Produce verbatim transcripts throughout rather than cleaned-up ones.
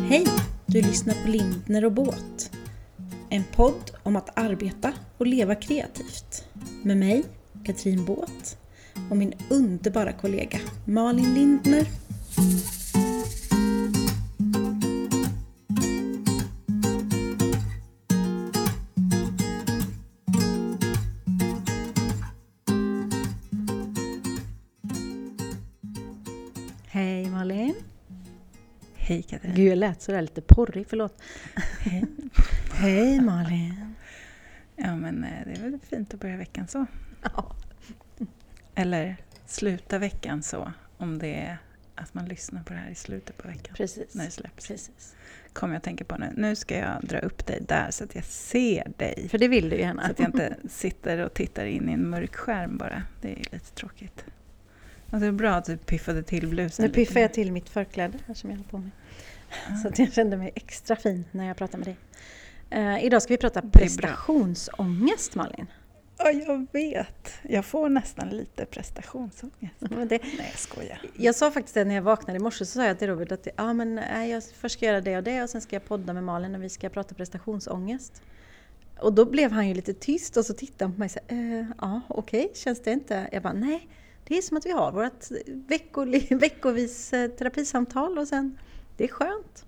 Hej! Du lyssnar på Lindner och Båt. En podd om att arbeta och leva kreativt. Med mig, Katrin Båt, och min underbara kollega Malin Lindner. Hej Malin. Hej Katrin. Gud, jag lät sådär lite porrig, förlåt. Hej. Hej Malin. Ja, men det är väl fint att börja veckan så. Ja. Eller sluta veckan så, om det är att man lyssnar på det här i slutet på veckan. Precis. När det släpps. Precis. Kommer jag att tänka på nu. Nu ska jag dra upp dig där så att jag ser dig. För det vill du gärna. Så att jag inte sitter och tittar in i en mörk skärm bara. Det är lite tråkigt. Och det är bra att du piffade till blusen. Nu piffar jag till mitt förkläde här som jag har på mig. Mm. Så att jag kände mig extra fin när jag pratade med dig. Uh, idag ska vi prata prestationsångest, Malin. Ja, jag vet. Jag får nästan lite prestationsångest. Men det, Nej, jag skojar. Jag sa faktiskt det när jag vaknade i morse, så sa jag till Robert att ja, men, nej, jag först ska göra det och det och sen ska jag podda med Malin när vi ska prata prestationsångest. Och då blev han ju lite tyst och så tittade han på mig och sa, eh, ja okej, okay. Känns det inte? Jag bara, nej. Det är som att vi har vårt veckoli, veckovis terapisamtal och sen, det är skönt.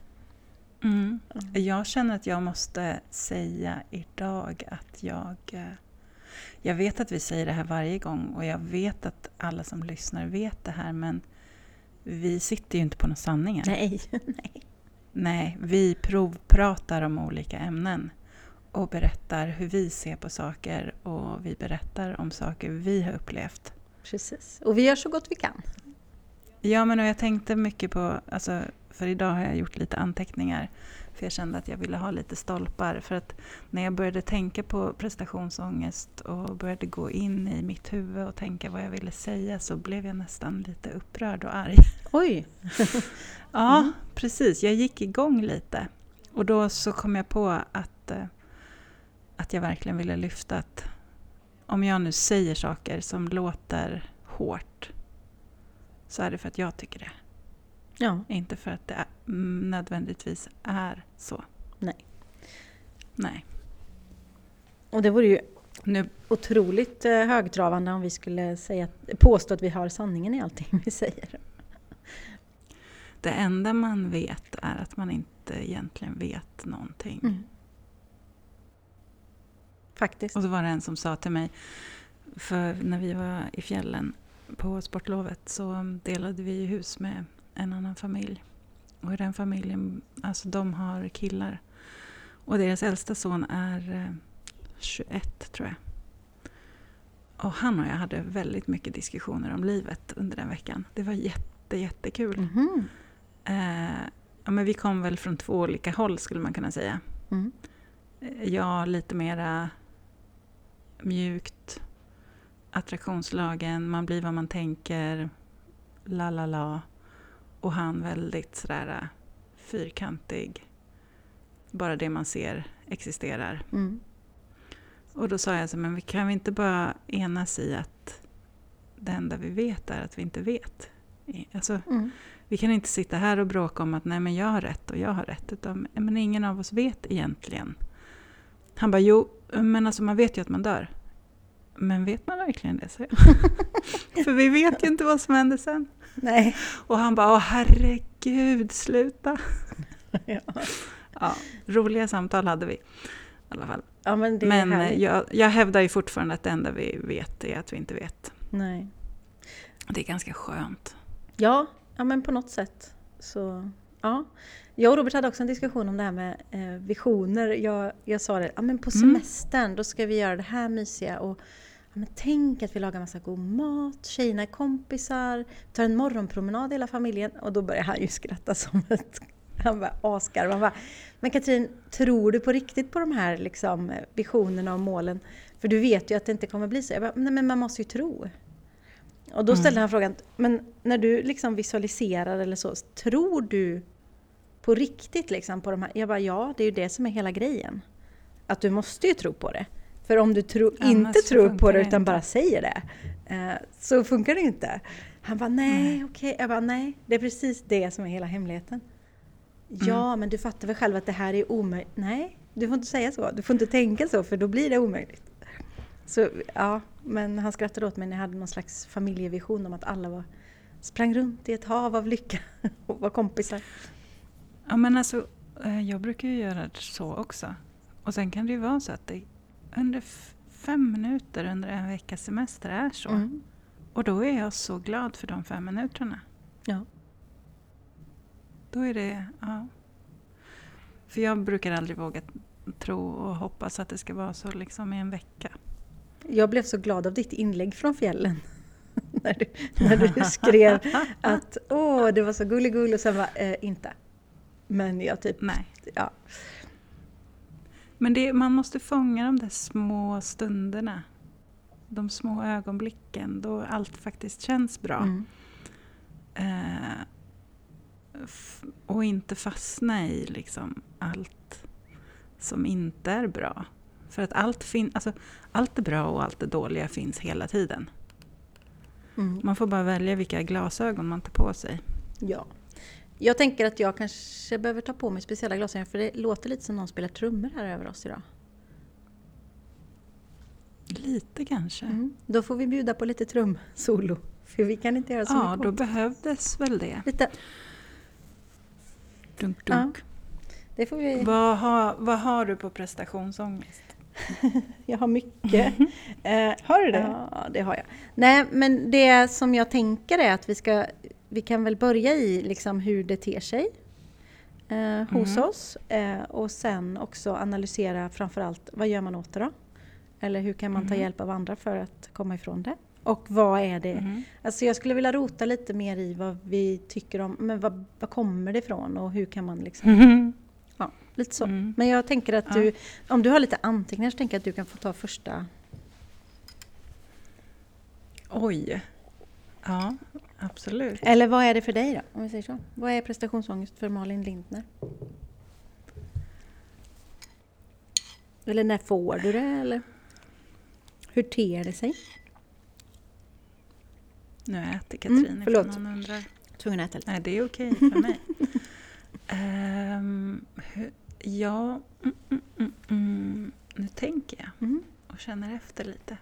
Mm. Jag känner att jag måste säga idag att jag, jag vet att vi säger det här varje gång och jag vet att alla som lyssnar vet det här, men vi sitter ju inte på någon sanningen. Nej, nej. Nej, vi provpratar om olika ämnen och berättar hur vi ser på saker och vi berättar om saker vi har upplevt. Precis, och vi gör så gott vi kan. Ja, men och jag tänkte mycket på, alltså, för idag har jag gjort lite anteckningar. För jag kände att jag ville ha lite stolpar. För att när jag började tänka på prestationsångest och började gå in i mitt huvud och tänka vad jag ville säga, så blev jag nästan lite upprörd och arg. Oj! Ja, mm. precis. Jag gick igång lite. Och då så kom jag på att, att jag verkligen ville lyfta att om jag nu säger saker som låter hårt, så är det för att jag tycker det. Ja. Inte för att det är, nödvändigtvis är så. Nej. Nej. Och det vore ju nu otroligt högtravande om vi skulle säga, påstå att vi har sanningen i allting vi säger. Det enda man vet är att man inte egentligen vet någonting. Mm. Faktiskt. Och så var det en som sa till mig, för när vi var i fjällen på sportlovet så delade vi hus med en annan familj. Och i den familjen, alltså de har killar. Och deras äldsta son är tjugoett tror jag. Och han och jag hade väldigt mycket diskussioner om livet under den veckan. Det var jätte, jättekul. Mm-hmm. Eh, ja, men vi kom väl från två olika håll skulle man kunna säga. Mm. Jag lite mera mjukt, attraktionslagen, man blir vad man tänker, la la la. Och han väldigt sådär fyrkantig, bara det man ser existerar. Mm. Och då sa jag så, men vi kan vi inte bara enas i att det enda vi vet är att vi inte vet. Alltså, mm. vi kan inte sitta här och bråka om att nej men jag har rätt och jag har rätt, utan men ingen av oss vet egentligen. Han bara, jo, men alltså man vet ju att man dör. Men vet man verkligen det? Så för vi vet ju inte vad som händer sen. Nej. Och han bara, åh herregud, sluta. Ja. Ja, roliga samtal hade vi i alla fall. Ja, men det men är jag, jag hävdar ju fortfarande att det enda vi vet är att vi inte vet. Nej. Det är ganska skönt. Ja, ja men på något sätt. Så, ja. Jag och Robert hade också en diskussion om det här med eh, visioner. Jag, jag sa det, ja men på semestern mm. då ska vi göra det här mysiga. Och ja, men tänk att vi lagar massa god mat, tjejerna är kompisar, tar en morgonpromenad i hela familjen. Och då börjar han ju skratta som ett, han bara asgarv. Han bara, men Katrin, tror du på riktigt på de här liksom, visionerna och målen? För du vet ju att det inte kommer bli så. Jag bara, nej men man måste ju tro. Och då ställde mm. han frågan, men när du liksom visualiserar eller så, tror du på riktigt liksom på de här? Jag bara, ja, det är ju det som är hela grejen. Att du måste ju tro på det. För om du tro, inte tror på det utan inte. Bara säger det, eh, så funkar det ju inte. Han bara, nej, okej. Okay. Jag bara, nej, det är precis det som är hela hemligheten. Ja, Mm. men du fattar väl själv att det här är omöjligt. Nej, du får inte säga så. Du får inte tänka så, för då blir det omöjligt. Så ja, men han skrattade åt mig när jag hade någon slags familjevision om att alla var, sprang runt i ett hav av lycka och var kompisar. Ja, men alltså, eh, jag brukar ju göra det så också. Och sen kan det ju vara så att det under f- fem minuter under en veckas semester är så. Mm. Och då är jag så glad för de fem minuterna. Ja. Då är det, ja. För jag brukar aldrig våga tro och hoppas att det ska vara så liksom i en vecka. Jag blev så glad av ditt inlägg från fjällen. när, du, när du skrev att åh, det var så gulligull och sen var eh, inte. Men jag typ, Nej. ja. Men det, man måste fånga de där små stunderna. De små ögonblicken då allt faktiskt känns bra. Mm. Eh, f- och inte fastna i liksom allt som inte är bra. För att allt, fin- alltså, allt är bra och allt det dåliga finns hela tiden. Mm. Man får bara välja vilka glasögon man tar på sig. Ja. Jag tänker att jag kanske behöver ta på mig speciella glasögon, för det låter lite som någon spelar trummor här över oss idag. Lite kanske. Mm. Då får vi bjuda på lite trumsolo, för vi kan inte göra så Ja, mycket. då behövdes väl det. Lite. Dunk, dunk. Ja, det får vi. Vad, har, vad har du på prestationsångest? Jag har mycket. eh, Har du det? Ja, det har jag. Nej, men det som jag tänker är att vi ska, vi kan väl börja i liksom hur det ter sig eh, hos Mm. oss. Eh, och sen också analysera framförallt, vad gör man åt det då? Eller hur kan man ta Mm. hjälp av andra för att komma ifrån det? Och vad är det? Mm. Alltså jag skulle vilja rota lite mer i vad vi tycker om, men vad, vad kommer det ifrån och hur kan man liksom, Mm. ja, lite så. Mm. Men jag tänker att Ja. du, om du har lite anteckningar så tänker jag att du kan få ta första. Oj. Ja, absolut. Eller vad är det för dig då, om vi säger så? Vad är prestationsångest för Malin Lindner? Eller när får du det? Eller hur ter det sig? Nu äter Katrin Mm, ifall förlåt. någon undrar. Tvungen att äta lite. Nej, det är okej för mig. um, hur, ja, mm, mm, mm, mm. Nu tänker jag Mm. och känner efter lite.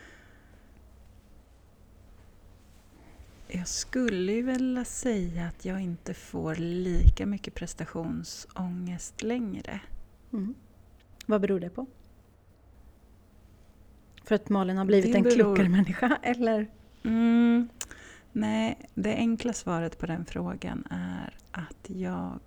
Jag skulle ju vilja säga att jag inte får lika mycket prestationsångest längre. Mm. Vad beror det på? För att Malin har blivit Det en beror- klokare människa, eller? Mm, nej, det enkla svaret på den frågan är att jag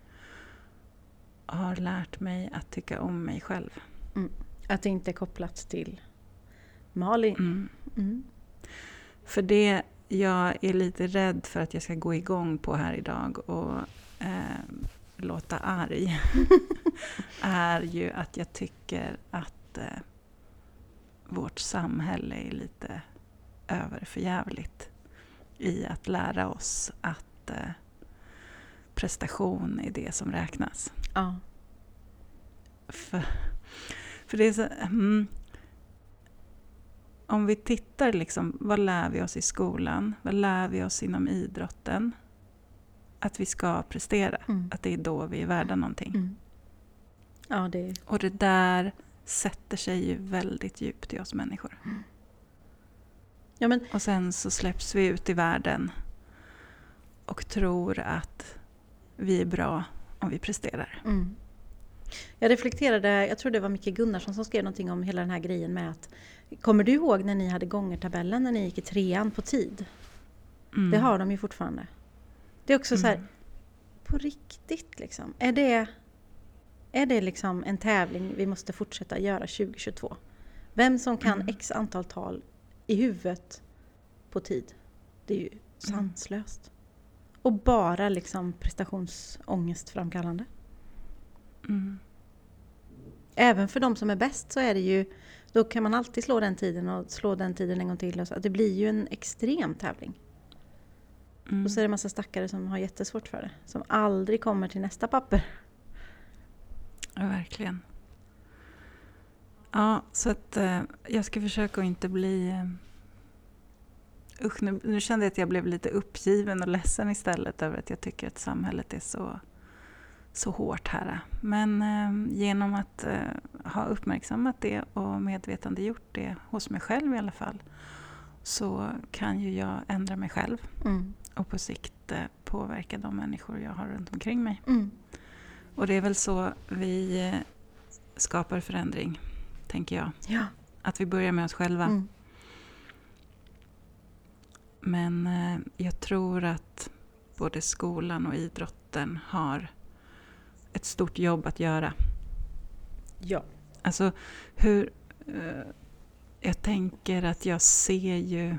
har lärt mig att tycka om mig själv. Mm. Att det inte är kopplat till Malin. Mm. Mm. För det jag är lite rädd för att jag ska gå igång på här idag och eh, låta arg är ju att jag tycker att eh, vårt samhälle är lite överförjävligt i att lära oss att eh, prestation är det som räknas. Ja. För, för det är så, mm, om vi tittar liksom, vad lär vi oss i skolan? Vad lär vi oss inom idrotten? Att vi ska prestera. Mm. Att det är då vi är värda någonting. Mm. Ja, det Och det där sätter sig ju väldigt djupt i oss människor. ja, men Och sen så släpps vi ut i världen och tror att vi är bra om vi presterar. mm. Jag reflekterade, jag tror det var Micke Gunnarsson som skrev någonting om hela den här grejen med att, kommer du ihåg när ni hade gångertabellen när ni gick i trean på tid? Mm. Det har de ju fortfarande. Det är också så här, Mm. på riktigt liksom. Är det, är det liksom en tävling vi måste fortsätta göra tjugo tjugotvå? Vem som kan Mm. x antal tal i huvudet på tid? Det är ju sanslöst. Och bara liksom prestationsångest framkallande. Mm. Även för de som är bäst så är det ju, då kan man alltid slå den tiden och slå den tiden en gång till. Och så. Det blir ju en extrem tävling. Mm. Och så är det en massa stackare som har jättesvårt för det. Som aldrig kommer till nästa papper. Ja, verkligen. Ja, så att eh, jag ska försöka att inte bli... Eh, usch, nu, nu kände jag att jag blev lite uppgiven och ledsen istället över att jag tycker att samhället är så så hårt här. Men eh, genom att eh, ha uppmärksammat det och medvetandegjort det hos mig själv i alla fall, så kan ju jag ändra mig själv. Mm. Och på sikt eh, påverka de människor jag har runt omkring mig. Mm. Och det är väl så vi eh, skapar förändring, tänker jag. Ja. Att vi börjar med oss själva. Mm. Men eh, jag tror att både skolan och idrotten har ett stort jobb att göra. Ja. Alltså hur... Eh, jag tänker att jag ser ju...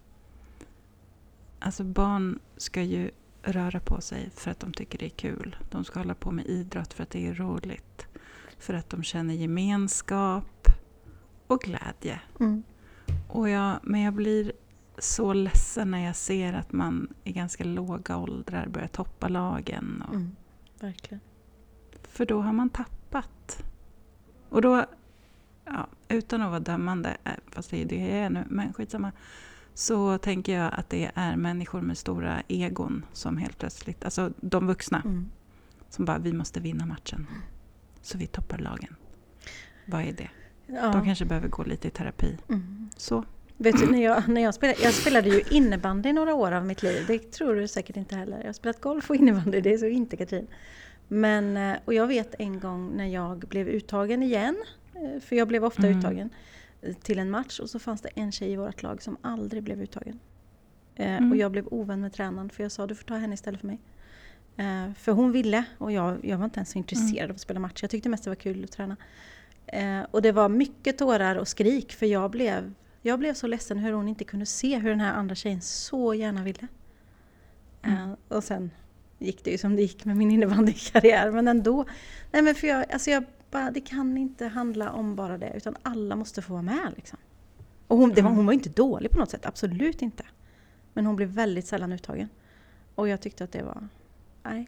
Alltså barn ska ju röra på sig för att de tycker det är kul. De ska hålla på med idrott för att det är roligt. För att de känner gemenskap och glädje. Mm. Och jag, men jag blir så ledsen när jag ser att man i ganska låga åldrar börjar toppa lagen. Och, Mm. Verkligen. för då har man tappat. Och då, ja, utan att vara dömande, fast det är det jag är nu, men skitsamma, så tänker jag att det är människor med stora egon som helt plötsligt, alltså de vuxna, Mm. som bara, vi måste vinna matchen. Så vi toppar lagen. Vad är det? Ja. De kanske behöver gå lite i terapi. Mm. Så. Vet du, när jag, när jag, spelade, jag spelade ju innebandy några år av mitt liv. Det tror du säkert inte heller. Jag har spelat golf och innebandy, det är så inte Katrin. Men, och jag vet en gång när jag blev uttagen igen, för jag blev ofta Mm. uttagen till en match, och så fanns det en tjej i vårt lag som aldrig blev uttagen. Mm. Och jag blev ovän med tränaren, för jag sa, du får ta henne istället för mig. För hon ville, och jag, jag var inte ens så intresserad Mm. av att spela match. Jag tyckte mest det var kul att träna. Och det var mycket tårar och skrik, för jag blev Jag blev så ledsen hur hon inte kunde se hur den här andra tjejen så gärna ville. Mm. Uh, och sen gick det ju som det gick med min innebandykarriär. Men ändå. Nej, men för jag, alltså jag bara, det kan inte handla om bara det. Utan alla måste få vara med. Liksom. Och hon, det var, hon var inte dålig på något sätt. Absolut inte. Men hon blev väldigt sällan uttagen. Och jag tyckte att det var... Nej.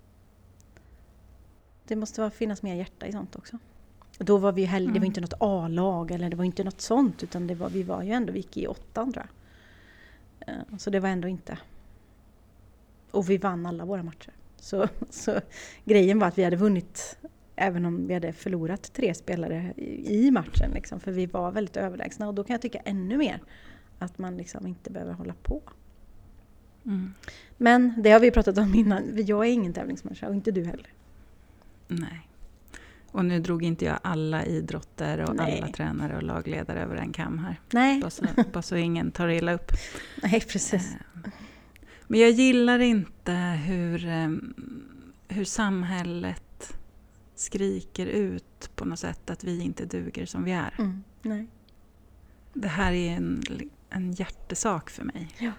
Det måste vara, finnas mer hjärta i sånt också. Då var vi heller, det var inte något A-lag eller det var inte något sånt, utan det var, vi var ju ändå, vi gick i åttan tror jag. Så det var ändå inte. Och vi vann alla våra matcher. Så, så grejen var att vi hade vunnit även om vi hade förlorat tre spelare i, i matchen. Liksom, för vi var väldigt överlägsna, och då kan jag tycka ännu mer att man liksom inte behöver hålla på. Mm. Men det har vi pratat om innan. Jag är ingen tävlingsmänniska och inte du heller. Nej. Och nu drog inte jag alla idrotter och Nej. alla tränare och lagledare över en kam här. Nej. Bara så, bara så ingen tar illa upp. Nej, precis. Men jag gillar inte hur, hur samhället skriker ut på något sätt att vi inte duger som vi är. Mm. Nej. Det här är en, en hjärtesak för mig. Ja.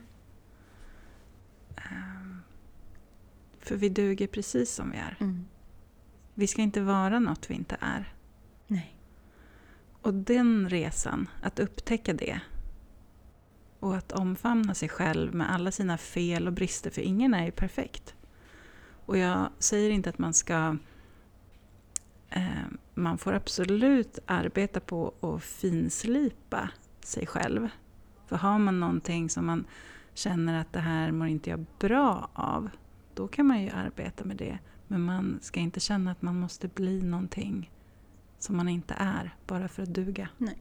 För vi duger precis som vi är. Mm. Vi ska inte vara något vi inte är. Nej. Och den resan, att upptäcka det och att omfamna sig själv med alla sina fel och brister, för ingen är ju perfekt. Och jag säger inte att man ska... Eh, man får absolut arbeta på att finslipa sig själv. För har man någonting som man känner att det här mår inte jag bra av, då kan man ju arbeta med det. Men man ska inte känna att man måste bli någonting som man inte är, bara för att duga. Nej.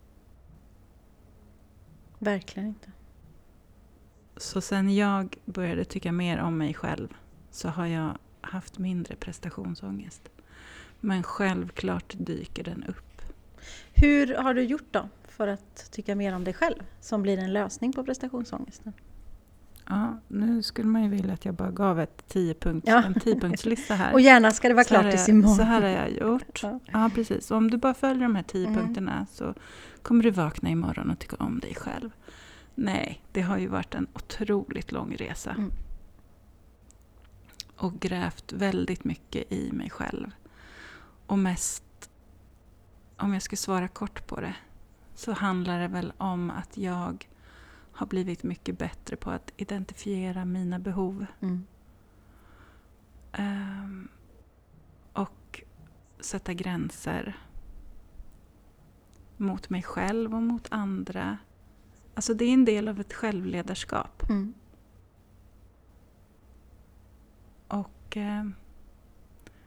Verkligen inte. Så sen jag började tycka mer om mig själv så har jag haft mindre prestationsångest. Men självklart dyker den upp. Hur har du gjort då för att tycka mer om dig själv, som blir en lösning på prestationsångesten? Ja, nu skulle man ju vilja att jag bara gav ett tiopunkts, Ja. en tiopunktslista här. Och gärna ska det vara Så klart här till är- imorgon. Så här har jag gjort. Ja. Ja, precis. Och om du bara följer de här tio Mm. punkterna så kommer du vakna imorgon och tycka om dig själv. Nej, det har ju varit en otroligt lång resa. Mm. Och grävt väldigt mycket i mig själv. Och mest, om jag ska svara kort på det, så handlar det väl om att jag har blivit mycket bättre på att identifiera mina behov. Mm. Ehm, och sätta gränser mot mig själv och mot andra. Alltså det är en del av ett självledarskap. Mm. Och eh,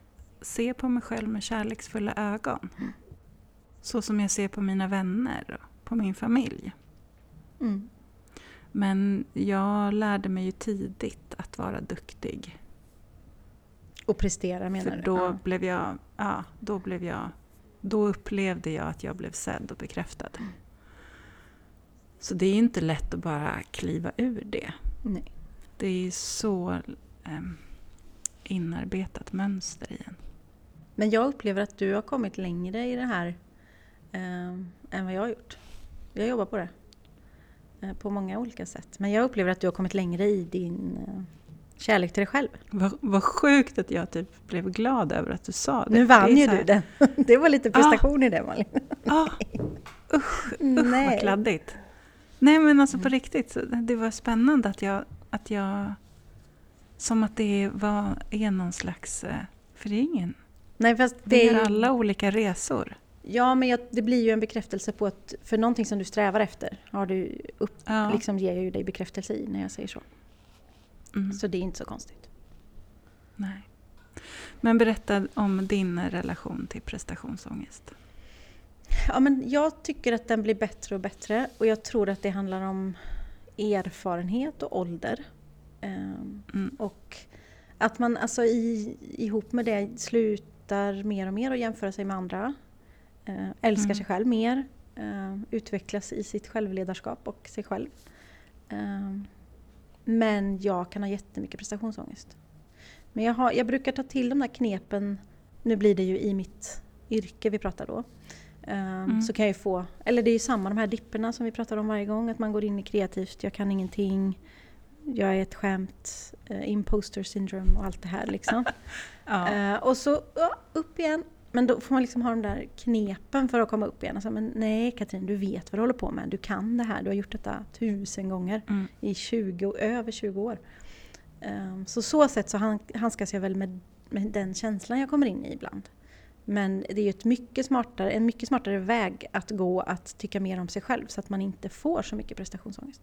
se på mig själv med kärleksfulla ögon. Mm. Så som jag ser på mina vänner och på min familj. Mm. Men jag lärde mig ju tidigt att vara duktig. Och prestera menar För du? då Ja. blev jag, ja, då blev jag, då upplevde jag att jag blev sedd och bekräftad. Mm. Så det är inte lätt att bara kliva ur det. Nej. Det är så eh, inarbetat mönster i en. Men jag upplever att du har kommit längre i det här eh, än vad jag har gjort. Jag jobbar på det. Eh, på många olika sätt. Men jag upplever att du har kommit längre i din eh, kärlek till dig själv. Vad, vad sjukt att jag typ blev glad över att du sa det. Nu vann det ju här... du den. Det var lite prestation ah. i det, Malin. Ah. Usch, usch vad kladdigt. Nej men alltså på riktigt. Det var spännande att jag... Att jag som att det var är någon slags... För det är ingen... Nej, fast det Vi är gör ju... alla olika resor. Ja, men jag, det blir ju en bekräftelse på att... För någonting som du strävar efter har du upp, ja. liksom ger jag ju dig bekräftelse i när jag säger så. Mm. Så det är inte så konstigt. Nej. Men berätta om din relation till prestationsångest. Ja, men jag tycker att den blir bättre och bättre. Och jag tror att det handlar om erfarenhet och ålder. Um, mm. Och att man alltså i, ihop med det slutar mer och mer att jämföra sig med andra. Uh, älskar mm. sig själv mer. Uh, utvecklas i sitt självledarskap och sig själv. Uh, men jag kan ha jättemycket prestationsångest. Men jag, har, jag brukar ta till de där knepen. Nu blir det ju i mitt yrke vi pratar då. Um, mm. Så kan jag ju få, eller det är ju samma de här dipperna som vi pratar om varje gång. Att man går in i kreativt, jag kan ingenting. Jag är ett skämt, uh, imposter syndrome och allt det här liksom. ja. uh, och så uh, upp igen. Men då får man liksom ha de där knepen för att komma upp igen. Alltså, men nej Katrin, du vet vad du håller på med. Du kan det här, du har gjort detta tusen gånger mm. i tjugo, över tjugo år. Um, så så sätt så han, handskas jag väl med, med den känslan jag kommer in i ibland. Men det är ju ett mycket smartare, en mycket smartare väg att gå att tycka mer om sig själv så att man inte får så mycket prestationsångest.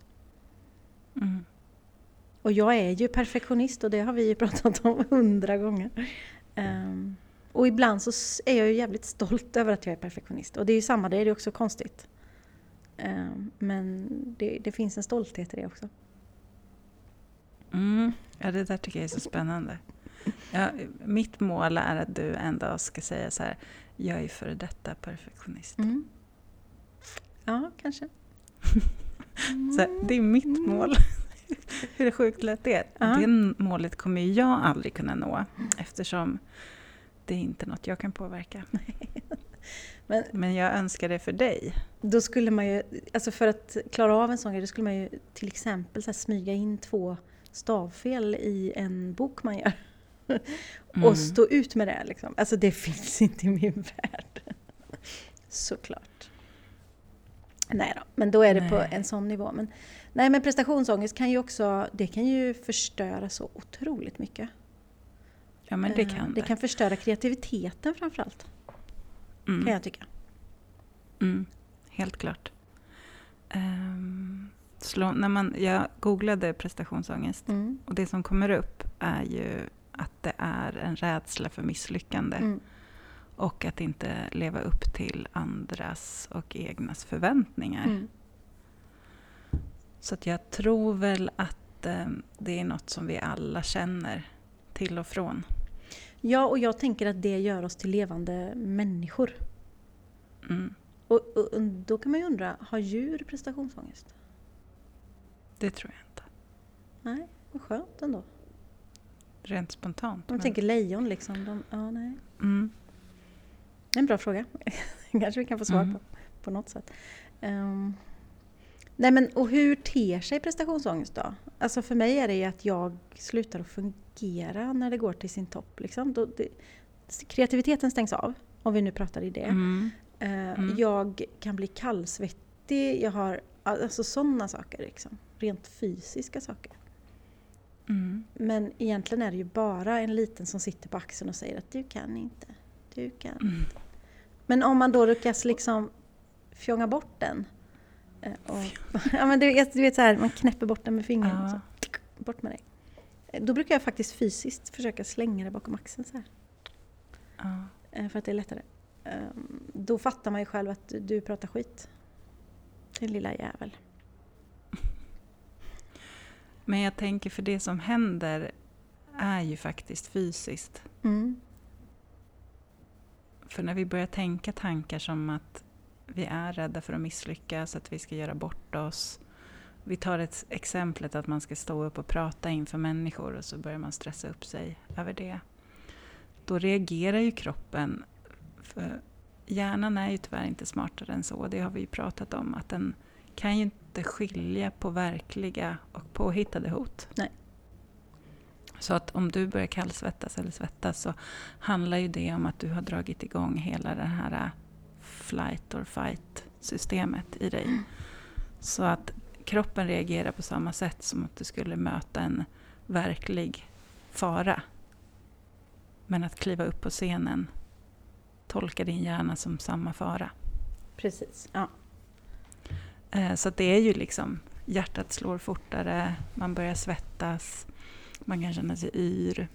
Mm. Och jag är ju perfektionist och det har vi ju pratat om hundra gånger. Um, och ibland så är jag ju jävligt stolt över att jag är perfektionist. Och det är ju samma, det är det också konstigt. Um, men det, det finns en stolthet i det också. Mm. Ja, det där tycker jag är så spännande. Ja, mitt mål är att du en dag ska säga så här: jag är före detta perfektionist. Mm. Ja, kanske. Mm. Så här, det är mitt mål. Hur sjukt lätt det är. Uh-huh. Det målet kommer jag aldrig kunna nå. Eftersom det är inte något jag kan påverka. Men, Men jag önskar det för dig. Då skulle man ju, alltså för att klara av en sån grej, då skulle man ju till exempel så här smyga in två stavfel i en bok man gör. Mm. Och stå ut med det liksom. Alltså det finns inte i min värld. Såklart. Nej då, men då är det nej. På en sån nivå. Men, nej, men prestationsångest kan ju också, det kan ju förstöra så otroligt mycket. Ja, men det kan det. Det kan förstöra kreativiteten framförallt. Mm. Kan jag tycka. Mm. Helt klart. Um, slå, när man, jag googlade prestationsångest mm. och det som kommer upp är ju att det är en rädsla för misslyckande. Mm. Och att inte leva upp till andras och egnas förväntningar. Mm. Så att jag tror väl att eh, det är något som vi alla känner till och från. Ja, och jag tänker att det gör oss till levande människor. Mm. Och, och, och då kan man ju undra, har djur prestationsångest? Det tror jag inte. Nej, vad skönt ändå. Rent spontant. Man men... tänker lejon liksom. De, ja, nej. Mm. Det är en bra fråga. Kanske vi kan få svar mm. på, på något sätt. Um, nej men, och hur ter sig prestationsångest då? Alltså för mig är det ju att jag slutar att fungera när det går till sin topp. Liksom. Då, det, kreativiteten stängs av, om vi nu pratar i det. Mm. Uh, mm. Jag kan bli kallsvettig. Jag har alltså sådana saker. Liksom. Rent fysiska saker. Mm. Men egentligen är det ju bara en liten som sitter på axeln och säger att du kan inte. Du kan mm. inte. Men om man då lyckas liksom fjonga bort den. Och, ja, men du, du vet så här, man knäpper bort den med fingret. Ja. Och så, bort med dig. Då brukar jag faktiskt fysiskt försöka slänga det bakom axeln så här. Ja. Ja. Eh, för att det är lättare. Eh, då fattar man ju själv att du pratar skit. Din lilla jävel. Men jag tänker för det som händer är ju faktiskt fysiskt. Mm. För när vi börjar tänka tankar som att vi är rädda för att misslyckas, att vi ska göra bort oss. Vi tar ett exemplet att man ska stå upp och prata inför människor och så börjar man stressa upp sig över det. Då reagerar ju kroppen. För hjärnan är ju tyvärr inte smartare än så. Det har vi ju pratat om. Att den kan ju inte skilja på verkliga och påhittade hot. Nej. Så att om du börjar kallsvettas eller svettas så handlar ju det om att du har dragit igång hela det här flight or fight-systemet i dig. Så att kroppen reagerar på samma sätt som att du skulle möta en verklig fara. Men att kliva upp på scenen tolkar din hjärna som samma fara. Precis, ja. Så att det är ju liksom, hjärtat slår fortare, man börjar svettas, man kan känna sig yr.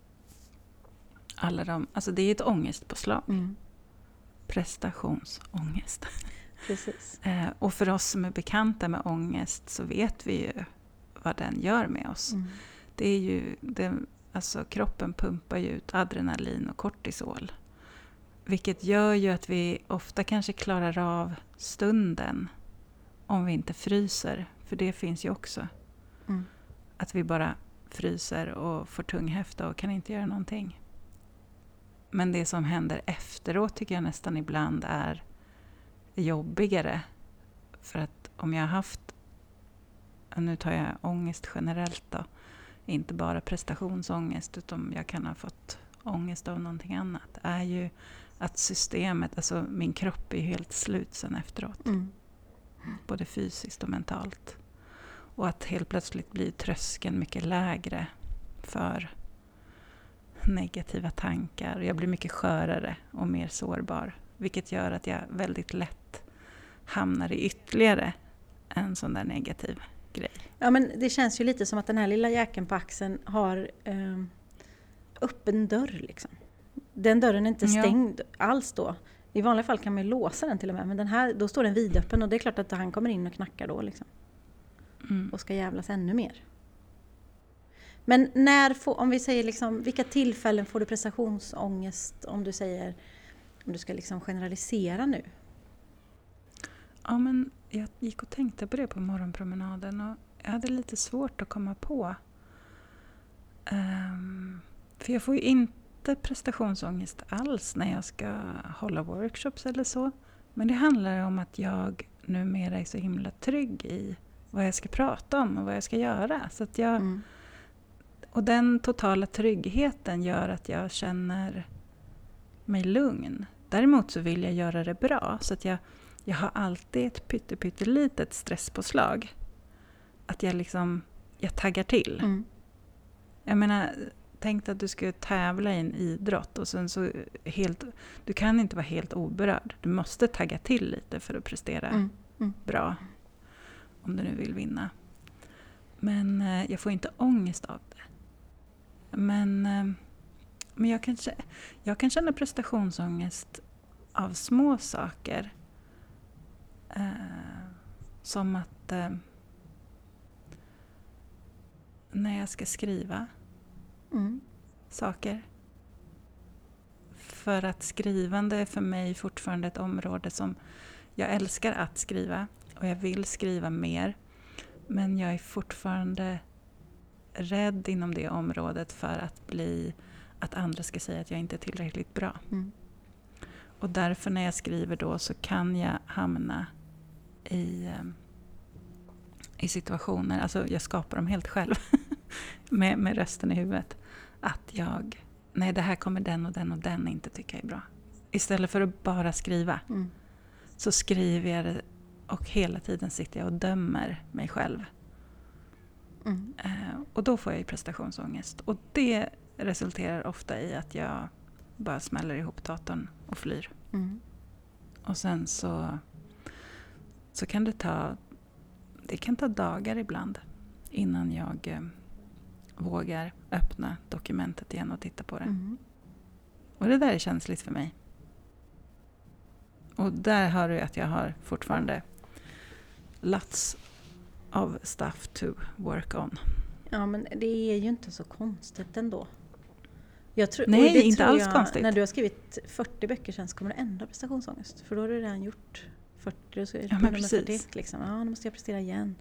Alla de, alltså det är ett ångestpåslag. Mm. Prestationsångest. Precis. Och för oss som är bekanta med ångest så vet vi ju vad den gör med oss. Mm. Det är ju, det, alltså kroppen pumpar ju ut adrenalin och kortisol. Vilket gör ju att vi ofta kanske klarar av stunden om vi inte fryser. För det finns ju också. Mm. Att vi bara fryser och får tunghäfta och kan inte göra någonting. Men det som händer efteråt tycker jag nästan ibland är jobbigare. För att om jag har haft, nu tar jag ångest generellt då, inte bara prestationsångest utan jag kan ha fått ångest av någonting annat, är ju att systemet, alltså min kropp är ju helt slut sen efteråt. Mm. Både fysiskt och mentalt. Och att helt plötsligt blir tröskeln mycket lägre för negativa tankar. Jag blir mycket skörare och mer sårbar. Vilket gör att jag väldigt lätt hamnar i ytterligare en sån där negativ grej. Ja, men det känns ju lite som att den här lilla jäkeln på axeln har eh, öppen dörr liksom. Den dörren är inte stängd ja. alls då. I vanliga fall kan man ju låsa den till och med. Men den här, då står den vidöppen och det är klart att han kommer in och knackar då liksom. Mm. Och ska jävlas ännu mer. Men när får, om vi säger liksom, vilka tillfällen får du prestationsångest om du säger, om du ska liksom generalisera nu? Ja, men jag gick och tänkte på det på morgonpromenaden och jag hade lite svårt att komma på. Um, för jag får ju inte prestationsångest alls när jag ska hålla workshops eller så. Men det handlar om att jag numera är så himla trygg i vad jag ska prata om och vad jag ska göra. Så att jag, mm. Och den totala tryggheten gör att jag känner mig lugn. Däremot så vill jag göra det bra. Så att jag, jag har alltid ett pytte, pytte litet stresspåslag. Att jag liksom, jag taggar till. Mm. Jag menar, tänk att du ska tävla i en idrott och sen så helt, du kan inte vara helt oberörd. Du måste tagga till lite för att prestera mm. Mm. bra. Om du nu vill vinna. Men eh, jag får inte ångest av det. Men, eh, men jag, kan, jag kan känna prestationsångest av små saker. Eh, som att eh, när jag ska skriva mm. saker. För att skrivande är för mig fortfarande ett område som jag älskar att skriva. Och jag vill skriva mer. Men jag är fortfarande rädd inom det området för att bli att andra ska säga att jag inte är tillräckligt bra. Mm. Och därför när jag skriver då så kan jag hamna i, i situationer, alltså jag skapar dem helt själv med, med rösten i huvudet. Att jag, nej det här kommer den och den och den inte tycka är bra. Istället för att bara skriva mm. så skriver jag det. Och hela tiden sitter jag och dömer mig själv. Mm. Eh, och då får jag ju prestationsångest. Och det resulterar ofta i att jag bara smäller ihop datorn och flyr. Mm. Och sen så, så kan det ta, det kan ta dagar ibland innan jag eh, vågar öppna dokumentet igen och titta på det. Mm. Och det där är känsligt för mig. Och där hör du att jag har fortfarande lots of stuff to work on. Ja, men det är ju inte så konstigt ändå. Jag tror, Nej, det inte tror alls jag, konstigt. När du har skrivit fyrtio böcker sen så kommer du ändra prestationsångest. För då har du redan gjort fyrtio, så är det Ja, men precis. fyrtioett, liksom. Ja, nu måste jag prestera igen.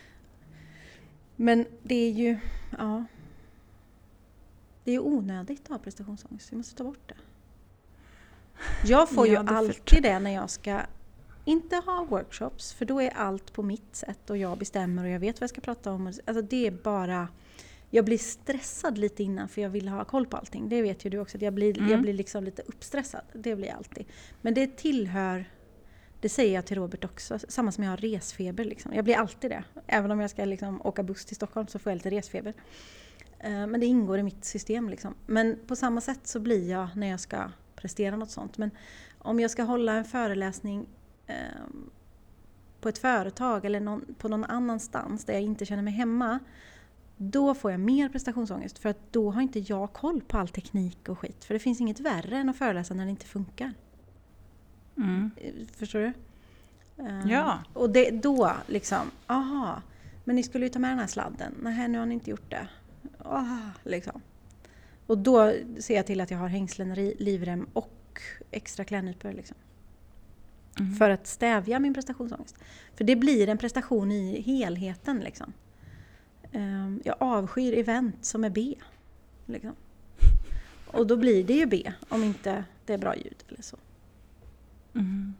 Men det är ju, ja. Det är ju onödigt att ha prestationsångest. Vi måste ta bort det. Jag får Ja, ju det alltid förstår. det när jag ska inte ha workshops. För då är allt på mitt sätt och jag bestämmer och jag vet vad jag ska prata om. Alltså det är bara... Jag blir stressad lite innan för jag vill ha koll på allting. Det vet ju du också. Att jag blir, Mm. jag blir liksom lite uppstressad. Det blir jag alltid. Men det tillhör... Det säger jag till Robert också. Samma som jag har resfeber. Liksom. Jag blir alltid det. Även om jag ska liksom åka buss till Stockholm så får jag lite resfeber. Uh, men det ingår i mitt system. Liksom. Men på samma sätt så blir jag när jag ska prestera något sånt. Men om jag ska hålla en föreläsning uh, på ett företag eller någon, på någon annanstans där jag inte känner mig hemma, då får jag mer prestationsångest. För att då har inte jag koll på all teknik och skit. För det finns inget värre än att föreläsa när det inte funkar. Mm. Förstår du? Uh, Ja. Och det, då liksom, aha, men ni skulle ju ta med den här sladden. Nej, nu har ni inte gjort det. Ah, liksom. Och då ser jag till att jag har hängslen, livrem och extra klädnypor. Liksom. Mm. För att stävja min prestationsångest. För det blir en prestation i helheten. Liksom. Um, jag avskyr event som är B. Liksom. Och då blir det ju B om inte det är bra ljud eller så. Mm.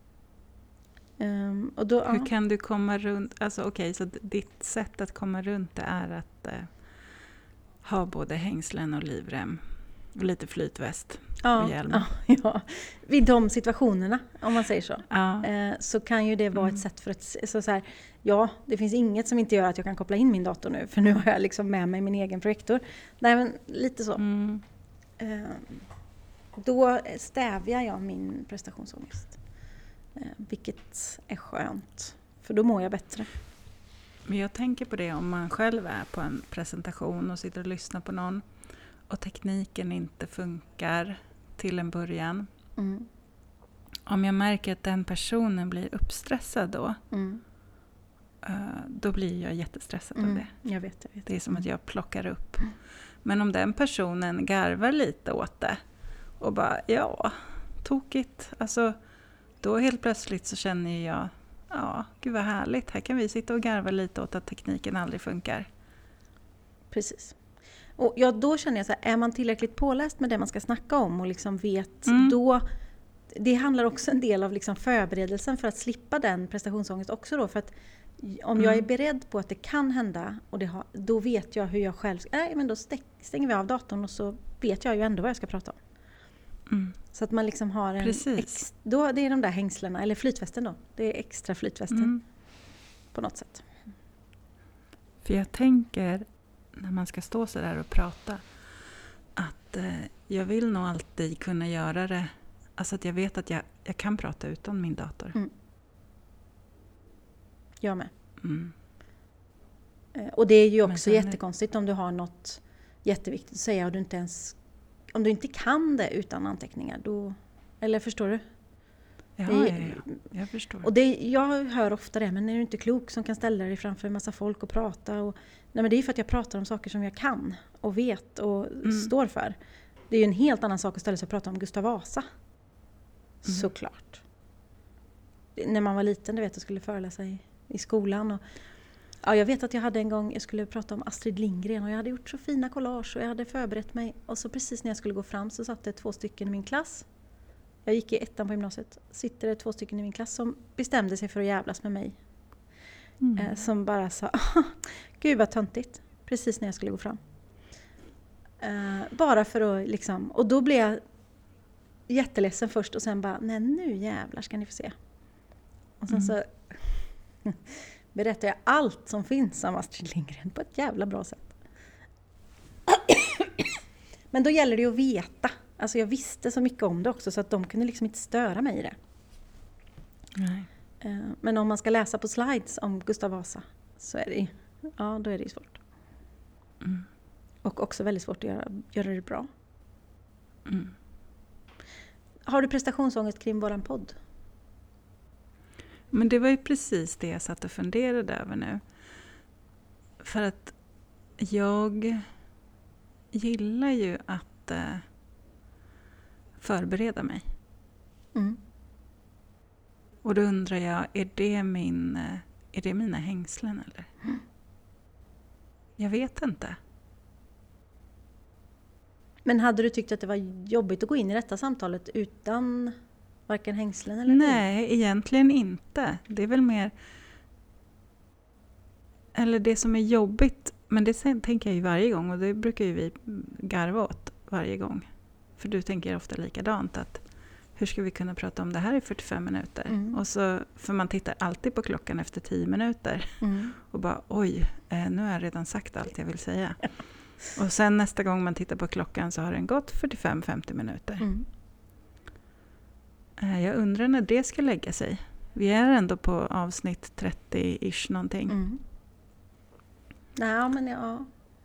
Um, och då, Hur ja. kan du komma runt... Alltså okej, okay, så ditt sätt att komma runt det är att eh, ha både hängslen och livrem. Och lite flytväst Ja, och hjälm. ja, ja. Vid de situationerna, om man säger så. Ja. Eh, så kan ju det vara Mm. ett sätt för att... Så, så här, ja, det finns inget som inte gör att jag kan koppla in min dator nu. För nu har jag liksom med mig min egen projektor. Nej, men lite så. Mm. Eh, då stävjar jag min prestationsångest. Eh, vilket är skönt. För då mår jag bättre. Men jag tänker på det om man själv är på en presentation och sitter och lyssnar på någon och tekniken inte funkar till en början. Mm. Om jag märker att den personen blir uppstressad då, Mm. då blir jag jättestressad Mm. av det. Jag vet, jag vet. Det är som att jag plockar upp. Mm. Men om den personen garvar lite åt det och bara, ja, tokigt. Alltså, då helt plötsligt så känner jag, ja, gud vad härligt. Här kan vi sitta och garva lite åt att tekniken aldrig funkar. Precis. Och ja, då känner jag så här, är man tillräckligt påläst med det man ska snacka om och liksom vet, Mm. då... Det handlar också en del av liksom förberedelsen för att slippa den prestationsångest också då. För att om jag är Mm. beredd på att det kan hända, och det har, då vet jag hur jag själv... Nej, men då stänger vi av datorn och så vet jag ju ändå vad jag ska prata om. Mm. Så att man liksom har en... Precis. Ex, då, det är de där hängslena, eller flytvästen då. Det är extra flytvästen Mm. på något sätt. För jag tänker, när man ska stå så där och prata, att eh, jag vill nog alltid kunna göra det. Alltså att jag vet att jag, jag kan prata utan min dator. Mm. Jag med. Mm. Eh, Och det är ju Men också sen är- jättekonstigt om du har något jätteviktigt att säga och du inte ens... Om du inte kan det utan anteckningar, då... Eller förstår du? Ja, Det- ja, ja, jag förstår. Och det, jag hör ofta det, men är du inte klok som kan ställa dig framför en massa folk och prata? Och, nej, men det är för att jag pratar om saker som jag kan och vet och Mm. står för. Det är ju en helt annan sak att ställa sig och prata om Gustav Vasa. Mm. Såklart. När man var liten, du vet, jag skulle föreläsa i, i skolan. Och, ja, jag vet att jag hade en gång, jag skulle prata om Astrid Lindgren och jag hade gjort så fina collage och jag hade förberett mig. Och så precis när jag skulle gå fram så satt det två stycken i min klass. Jag gick i ettan på gymnasiet. Sitter det två stycken i min klass som bestämde sig för att jävlas med mig. Mm. Eh, som bara sa, gud vad töntigt. Precis när jag skulle gå fram. Eh, bara för att liksom, och då blev jag jätteledsen först och sen bara, nej nu jävlar ska ni få se. Och sen Mm. så berättar jag allt som finns om Astrid Lindgren på ett jävla bra sätt. Men då gäller det ju att veta. Alltså jag visste så mycket om det också så att de kunde liksom inte störa mig i det. Nej. Eh, Men om man ska läsa på slides om Gustav Vasa så är det, ja, då är det ju svårt. Mm. Och också väldigt svårt att göra, göra det bra. Mm. Har du prestationsångest kring våran podd? Men det var ju precis det jag satt och funderade över nu. För att jag gillar ju att eh, förbereda mig. Mm. Och då undrar jag, är det, min, är det mina hängslen eller? Mm. Jag vet inte. Men hade du tyckt att det var jobbigt att gå in i detta samtalet utan varken hängslen eller Nej, det? Egentligen inte. Det är väl mer... Eller det som är jobbigt, men det tänker jag ju varje gång och det brukar ju vi garva åt varje gång. För du tänker ofta likadant att hur ska vi kunna prata om det här i fyrtiofem minuter? Mm. Och så, för man tittar alltid på klockan efter tio minuter mm. och bara oj, nu har jag redan sagt allt jag vill säga. Och sen nästa gång man tittar på klockan så har den gått fyrtiofem till femtio minuter. Mm. Jag undrar när det ska lägga sig. Vi är ändå på avsnitt trettio-ish någonting. Mm. Nej, men ja.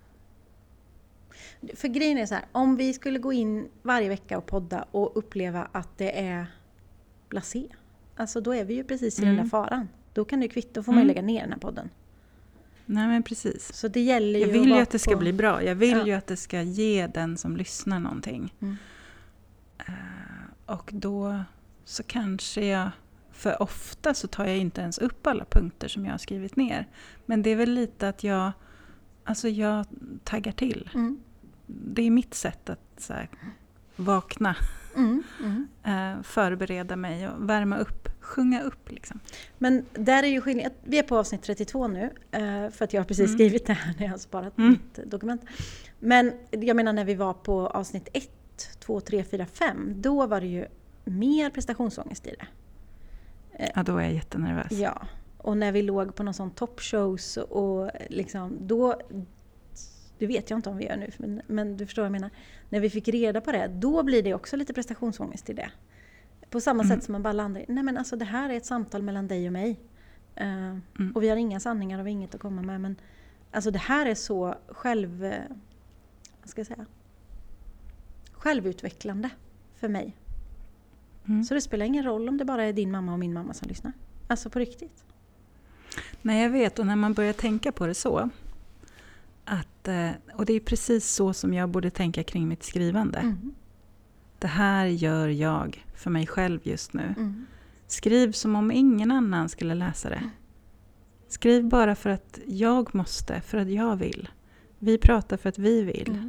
För grejen är så här, om vi skulle gå in varje vecka och podda och uppleva att det är blasé. Alltså då är vi ju precis i mm. den där faran. Då kan det ju kvitta och får mm. man lägga ner den här podden. Nej men precis. Så det gäller ju jag vill ju att det på... ska bli bra. Jag vill ja. ju att det ska ge den som lyssnar någonting. Mm. Uh, och då så kanske jag, för ofta så tar jag inte ens upp alla punkter som jag har skrivit ner. Men det är väl lite att jag, alltså jag taggar till. Mm. Det är mitt sätt att så här, vakna. Mm. Mm. Uh, förbereda mig och värma upp. Sjunga upp liksom. Men där är ju skillnad. Vi är på avsnitt trettiotvå nu. Uh, för att jag har precis mm. skrivit det här när jag har sparat mm. mitt dokument. Men jag menar när vi var på avsnitt ett, två, tre, fyra, fem. Då var det ju mer prestationsångest i det. Uh, ja, då är jag jättenervös. Ja. Och när vi låg på någon sån toppshows och liksom då... Det vet jag inte om vi gör nu, men, men du förstår vad jag menar. När vi fick reda på det, då blir det också lite prestationsångest i det. På samma mm. sätt som man bara landar i, nej men alltså det här är ett samtal mellan dig och mig. Uh, mm. Och vi har inga sanningar och vi har inget att komma med. Men alltså det här är så själv, vad ska jag säga, självutvecklande för mig. Mm. Så det spelar ingen roll om det bara är din mamma och min mamma som lyssnar. Alltså på riktigt. Nej, jag vet, och när man börjar tänka på det så, att, och det är precis så som jag borde tänka kring mitt skrivande. Mm. Det här gör jag för mig själv just nu. Mm. Skriv som om ingen annan skulle läsa det. Skriv bara för att jag måste, för att jag vill. Vi pratar för att vi vill. Mm.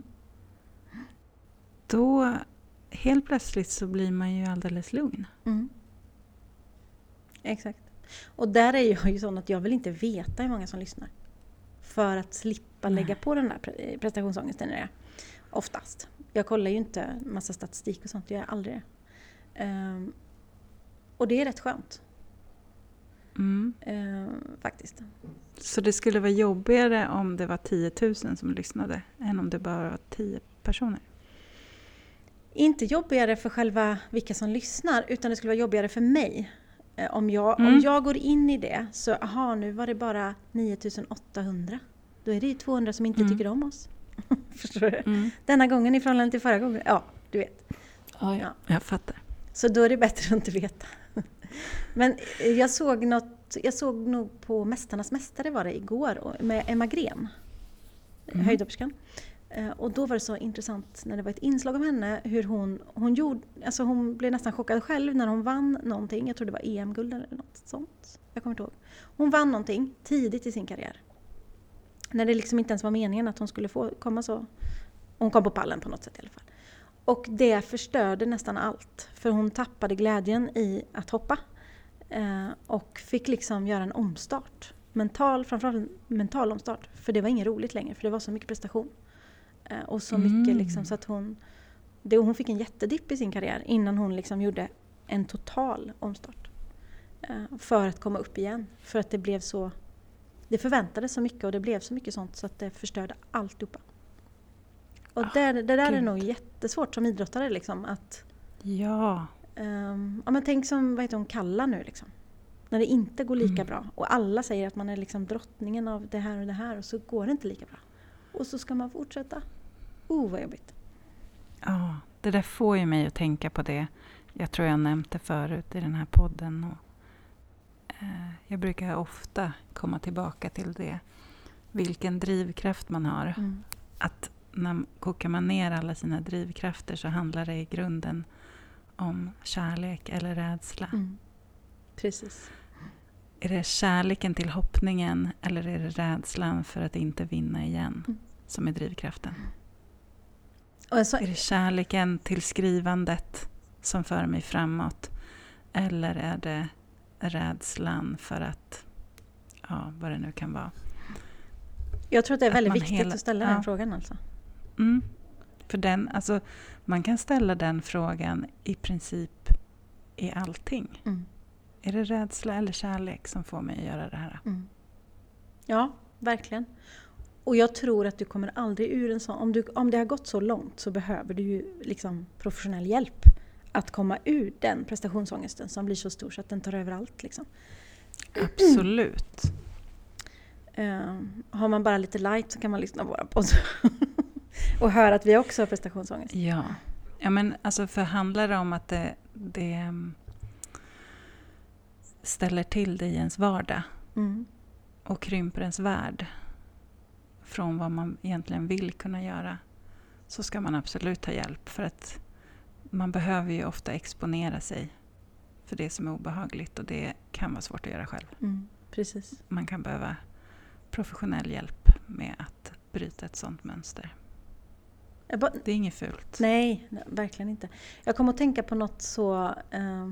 Då helt plötsligt så blir man ju alldeles lugn. Mm. Exakt. Och där är jag ju sån att jag vill inte veta hur många som lyssnar. För att slippa Nej. lägga på den där prestationsångesten är det. Oftast. Jag kollar ju inte massa statistik och sånt. Jag gör aldrig det. Um, och det är rätt skönt. Mm. Um, faktiskt. Så det skulle vara jobbigare om det var tio tusen som lyssnade än om det bara var tio personer? Inte jobbigare för själva vilka som lyssnar, utan det skulle vara jobbigare för mig. Om jag, mm. om jag går in i det så, aha, nu var det bara nio tusen åttahundra. Då är det ju tvåhundra som inte mm. tycker om oss. Förstår du? Mm. Denna gången i förhållande till förra gången. Ja, du vet. Ja, ja. Jag fattar. Så då är det bättre att inte veta. Men jag såg något, jag såg nog på Mästarnas mästare var det igår med Emma Gren. Mm. Höjdhopperskan. Och då var det så intressant när det var ett inslag om henne hur hon, hon gjorde, alltså hon blev nästan chockad själv när hon vann någonting. Jag tror det var E M-guld eller något sånt. Jag kommer inte ihåg. Hon vann någonting tidigt i sin karriär. När det liksom inte ens var meningen att hon skulle få komma så. Hon kom på pallen på något sätt i alla fall. Och det förstörde nästan allt. För hon tappade glädjen i att hoppa. Eh, och fick liksom göra en omstart. Mental, framförallt en mental omstart. För det var inget roligt längre. För det var så mycket prestation. Eh, och så mycket mm. liksom så att hon... Det, hon fick en jättedipp i sin karriär. Innan hon liksom gjorde en total omstart. Eh, för att komma upp igen. För att det blev så... Det förväntades så mycket och det blev så mycket sånt så att det förstörde alltihopa. Och oh, det, det där Gud. är nog jättesvårt som idrottare liksom att... Ja. Um, ja men tänk som, vad heter hon, Kalla nu liksom. När det inte går lika mm. bra. Och alla säger att man är liksom drottningen av det här och det här och så går det inte lika bra. Och så ska man fortsätta. Oh, vad jobbigt. Ja, det där får ju mig att tänka på det jag tror jag nämnt det förut i den här podden. Och, eh, jag brukar ofta komma tillbaka till det. Vilken drivkraft man har. Mm. Att när kokar man ner alla sina drivkrafter så handlar det i grunden om kärlek eller rädsla. Mm. Precis. Är det kärleken till hoppningen eller är det rädslan för att inte vinna igen Mm. som är drivkraften? Och så, Är det kärleken till skrivandet som för mig framåt? Eller är det rädslan för att, ja, vad det nu kan vara. jag tror att det är Att väldigt man viktigt hela- att ställa ja. den frågan alltså. Mm. För den, alltså, man kan ställa den frågan i princip i allting. Mm. Är det rädsla eller kärlek som får mig att göra det här? Mm. Ja, verkligen. Och jag tror att du kommer aldrig ur en sån... Om, du, om det har gått så långt så behöver du ju liksom professionell hjälp att komma ur den prestationsångesten som blir så stor så att den tar över allt. Liksom. Absolut. Uh, har man bara lite light så kan man lyssna på våra podd och höra att vi också har prestationsångest. Ja. Ja, men alltså för handlar det om att det, det um, ställer till det i ens vardag Mm. och krymper ens värld från vad man egentligen vill kunna göra, så ska man absolut ta hjälp. För att man behöver ju ofta exponera sig för det som är obehagligt, och det kan vara svårt att göra själv. Mm. Precis. Man kan behöva professionell hjälp med att bryta ett sånt mönster. Jag bara, Det är inget fult. nej, nej, verkligen inte. Jag kommer att tänka på något så eh,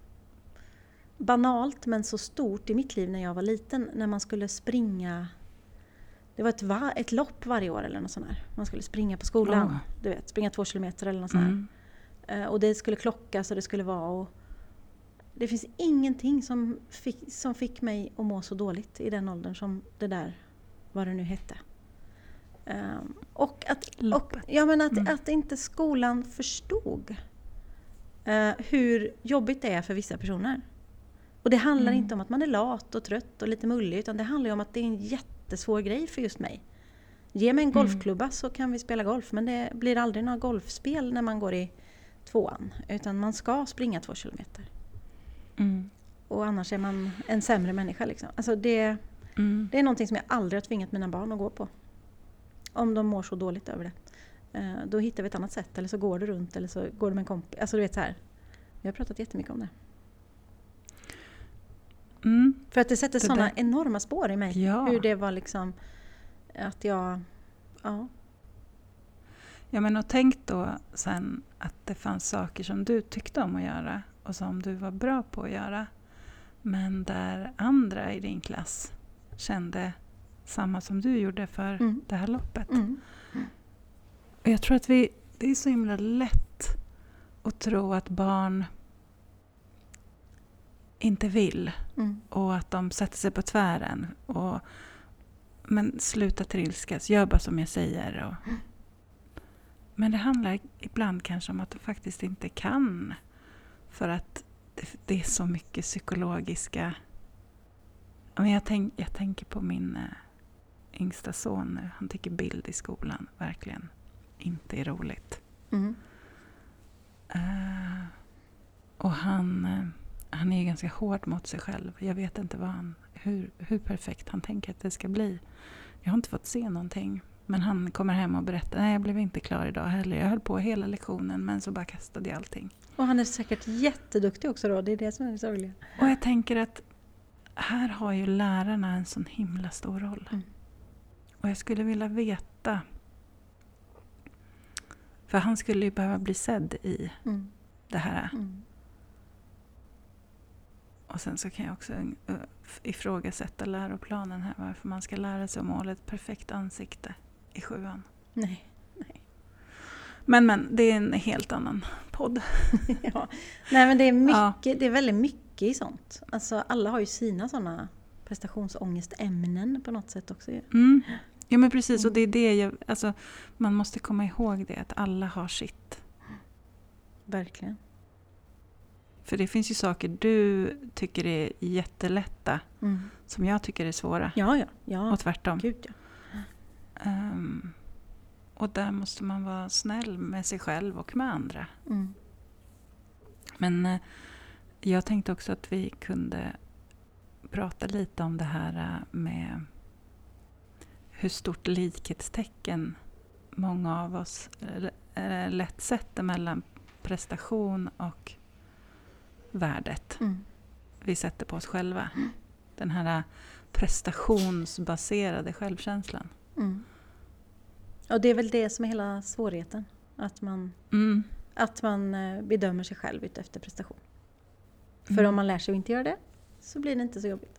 banalt men så stort i mitt liv när jag var liten. När man skulle springa, det var ett, va, ett lopp varje år eller något sånt här. Man skulle springa på skolan, Oh. du vet, springa två kilometer eller något sånt här. Mm. Eh, och det skulle klockas och det skulle vara... Och det finns ingenting som fick, som fick mig att må så dåligt i den åldern som det där, vad det nu hette. Um, och att, och, Loppet. ja, men att, Mm. att inte skolan förstod uh, hur jobbigt det är för vissa personer. Och det handlar Mm. inte om att man är lat och trött och lite mullig, utan det handlar om att det är en jättesvår grej för just mig. Ge mig en golfklubba så kan vi spela golf, men det blir aldrig några golfspel när man går i tvåan, utan man ska springa två kilometer. Mm. Och annars är man en sämre människa. Liksom. Alltså det, Mm. det är någonting som jag aldrig har tvingat mina barn att gå på. Om de mår så dåligt över det. Eh, då hittar vi ett annat sätt. Eller så går det runt. Eller så går det med en kompis. Alltså du vet så här. Vi har pratat jättemycket om det. Mm. För att det sätter Det sådana där- enorma spår i mig. Ja. Hur det var liksom. Att jag... Ja. Ja, men och tänk då sen att det fanns saker som du tyckte om att göra och som du var bra på att göra, men där andra i din klass kände samma som du gjorde för Mm. det här loppet. Mm. Och jag tror att vi, det är så himla lätt att tro att barn inte vill Mm. och att de sätter sig på tvären. Och, men sluta trilskas, gör bara som jag säger. Och, men det handlar ibland kanske om att de faktiskt inte kan. För att det, det är så mycket psykologiska... Men jag, tänk, jag tänker på min äh, yngsta son nu. Han tycker bild i skolan verkligen inte är roligt. Mm. Uh, och han, uh, han är ju ganska hård mot sig själv. Jag vet inte vad han, hur, hur perfekt han tänker att det ska bli. Jag har inte fått se någonting. Men han kommer hem och berättar, nej jag blev inte klar idag heller. Jag höll på hela lektionen men så bara kastade jag allting. Och han är säkert jätteduktig också då. Det är det som är det sorgliga. Och jag tänker att här har ju lärarna en sån himla stor roll. Mm. Och jag skulle vilja veta. För han skulle ju behöva bli sedd i Mm. det här. Mm. Och sen så kan jag också uh, ifrågasätta läroplanen här. Varför man ska lära sig att måla ett perfekt ansikte i sjuan. Nej. Nej. Men men, det är en helt annan podd. Ja. Nej men det är, mycket, Ja. det är väldigt mycket i sånt. Alltså alla har ju sina sådana prestationsångestämnen på något sätt också. Mm. Ja men precis, och det är det jag, alltså, man måste komma ihåg det, att alla har sitt. Verkligen. För det finns ju saker du tycker är jättelätta Mm. som jag tycker är svåra. Ja, ja. ja. Och tvärtom. Gud, ja. Um, och där måste man vara snäll med sig själv och med andra. Mm. Men eh, jag tänkte också att vi kunde prata lite om det här eh, med hur stort likhetstecken många av oss eh, lätt sätter mellan prestation och värdet Mm. vi sätter på oss själva. Mm. Den här prestationsbaserade självkänslan. Mm. Och det är väl det som är hela svårigheten. Att man, mm. att man bedömer sig själv ut efter prestation. För mm. om man lär sig att inte göra det så blir det inte så jobbigt.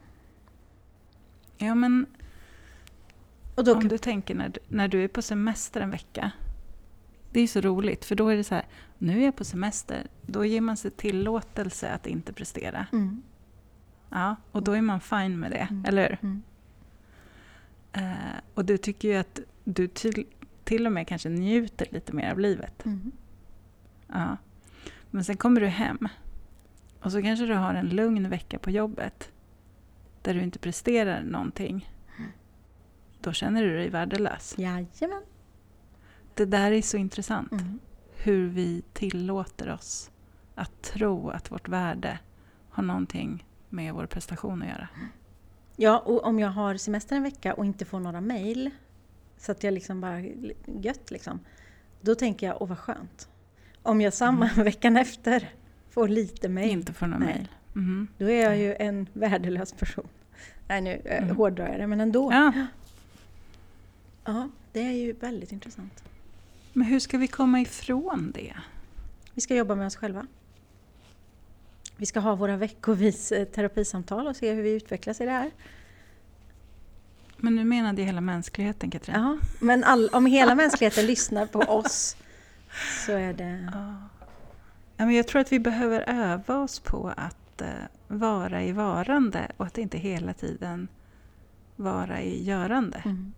Ja, men och då om kan... du tänker när du, när du är på semester en vecka. Det är så roligt, för då är det så här, nu är jag på semester. Då ger man sig tillåtelse att inte prestera. Mm. Ja, och då är man fine med det, mm. eller hur? Mm. Uh, och du tycker ju att du till, till och med kanske njuter lite mer av livet. Mm. Ja. Men sen kommer du hem. Och så kanske du har en lugn vecka på jobbet. Där du inte presterar någonting. Mm. Då känner du dig värdelös. Jajamän. Det där är så intressant. Mm. Hur vi tillåter oss att tro att vårt värde har någonting med vår prestation att göra. Ja, och om jag har semester en vecka och inte får några mejl, så att jag liksom bara gött liksom, då tänker jag, åh vad skönt. Om jag samma mm. veckan efter får lite mejl. Inte får några mejl. Mm. Då är jag ju en värdelös person. Nej, nu mm. hårdrar jag det, men ändå. Ja. Ja, det är ju väldigt intressant. Men hur ska vi komma ifrån det? Vi ska jobba med oss själva. Vi ska ha våra veckovis terapisamtal och se hur vi utvecklas i det här. Men nu menade hela mänskligheten, Katrin. Ja, men all, om hela mänskligheten lyssnar på oss så är det... Ja. Ja, men jag tror att vi behöver öva oss på att uh, vara i varande och att inte hela tiden vara i görande. Mm.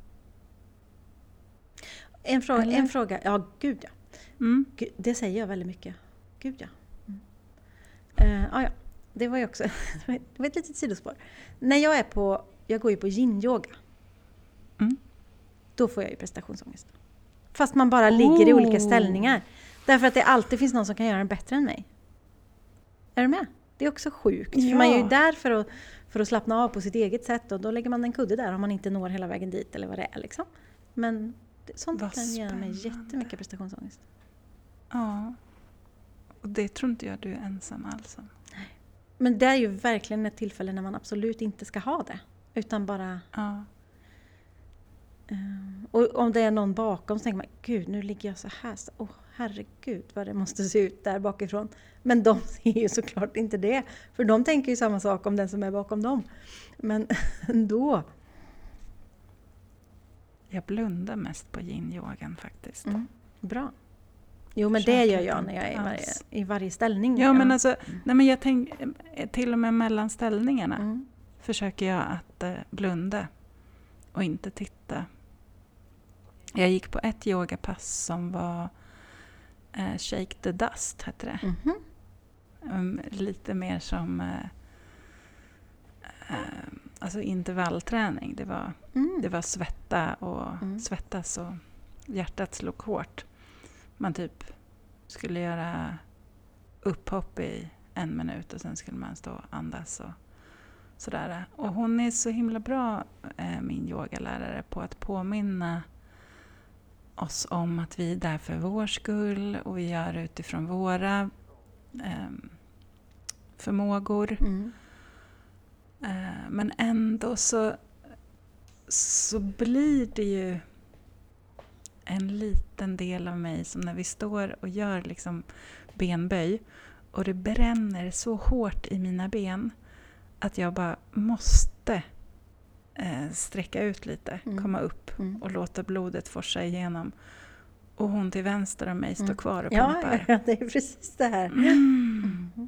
En, fråga, en fråga, ja gud ja. Mm. Gud, det säger jag väldigt mycket. Gud ja. Mm. Uh, ah, ja. Det var ju också det var ett litet sidospår. När jag är på, jag går ju på yin-yoga. Mm. Då får jag ju prestationsångest. Fast man bara ligger oh. i olika ställningar. Därför att det alltid finns någon som kan göra den bättre än mig. Är du med? Det är också sjukt. Ja. För man är ju där för att, för att slappna av på sitt eget sätt. Och då lägger man en kudde där om man inte når hela vägen dit eller vad det är. Liksom. Men sånt vad kan göra mig spännande. jättemycket prestationsångest. Ja. Och det tror inte jag du är ensam alls om. Nej. Men det är ju verkligen ett tillfälle när man absolut inte ska ha det. Utan bara... Ja. Um, och om det är någon bakom så tänker man, gud nu ligger jag så här. Åh oh, herregud vad det måste se ut där bakifrån. Men de ser ju såklart inte det. För de tänker ju samma sak om den som är bakom dem. Men ändå. Jag blundar mest på yin-yogan faktiskt. Mm, bra. Jo men Försöker det gör jag när jag är i varje, i varje ställning. Ja men alltså, nej, men jag tänker till och med mellan ställningarna. Mm. Försöker jag att eh, blunda. Och inte titta. Jag gick på ett yogapass som var eh, Shake the Dust, hette det. Mm-hmm. Um, lite mer som eh, eh, alltså intervallträning. Det var, Mm. det var svetta och Mm. svettas och hjärtat slog hårt. Man typ skulle göra upphopp i en minut och sen skulle man stå och andas och sådär. Och hon är så himla bra, eh, min yogalärare, på att påminna oss om att vi är där för vår skull och vi gör utifrån våra eh, förmågor. Mm. Eh, men ändå så, så blir det ju en liten del av mig som när vi står och gör liksom benböj och det bränner så hårt i mina ben att jag bara måste eh, sträcka ut lite, Mm. komma upp Mm. och låta blodet forsa igenom. Och hon till vänster om mig står Mm. kvar och Ja, pumpar. ja, det är precis det här. Mm. Mm.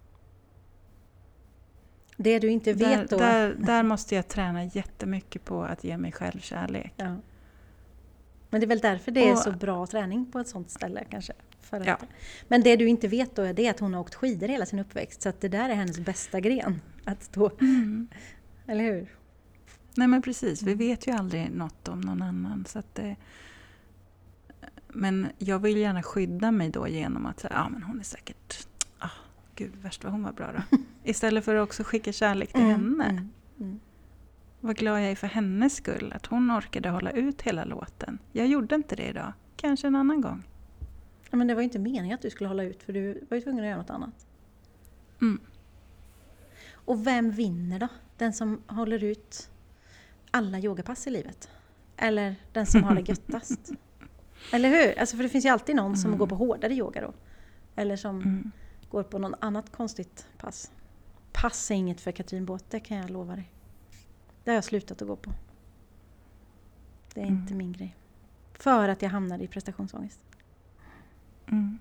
Det du inte vet Där, då. där, där måste jag träna jättemycket på att ge mig själv kärlek. Ja. Men det är väl därför det är Och- så bra träning på ett sånt ställe kanske. För att, Ja. Men det du inte vet då är det att hon har åkt skidor hela sin uppväxt. Så att det där är hennes bästa gren. Att stå, Mm. eller hur? Nej men precis, vi vet ju aldrig något om någon annan. Så att det, men jag vill gärna skydda mig då genom att säga, ja men hon är säkert ah, gud värst vad hon var bra då. Istället för att också skicka kärlek till Mm, henne. mm, mm. Vad glad jag är för hennes skull. Att hon orkade hålla ut hela låten. Jag gjorde inte det idag. Kanske en annan gång. Ja, men det var ju inte meningen att du skulle hålla ut, för du var ju tvungen att göra något annat. Mm. Och vem vinner då? Den som håller ut alla yogapass i livet? Eller den som har det göttast? Eller hur? Alltså, för det finns ju alltid någon som Mm. går på hårdare yoga då. Eller som Mm. går på något annat konstigt pass. Pass är inget för Katrin Båth, det kan jag lova dig. Det har jag slutat att gå på. Det är Mm. inte min grej. För att jag hamnade i prestationsångest. Mm.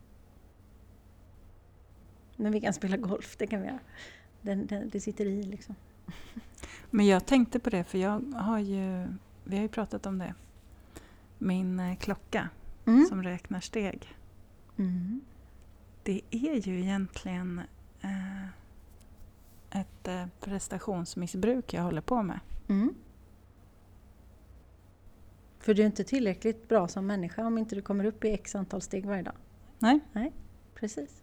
Men vi kan spela golf, det kan vi göra. Det, det, det sitter i liksom. Men jag tänkte på det, för jag har ju, vi har ju pratat om det. Min eh, klocka Mm. som räknar steg. Mm. Det är ju egentligen eh, ett eh, prestationsmissbruk jag håller på med. Mm. För du är inte tillräckligt bra som människa om inte du kommer upp i x antal steg varje dag. Nej, Nej, precis.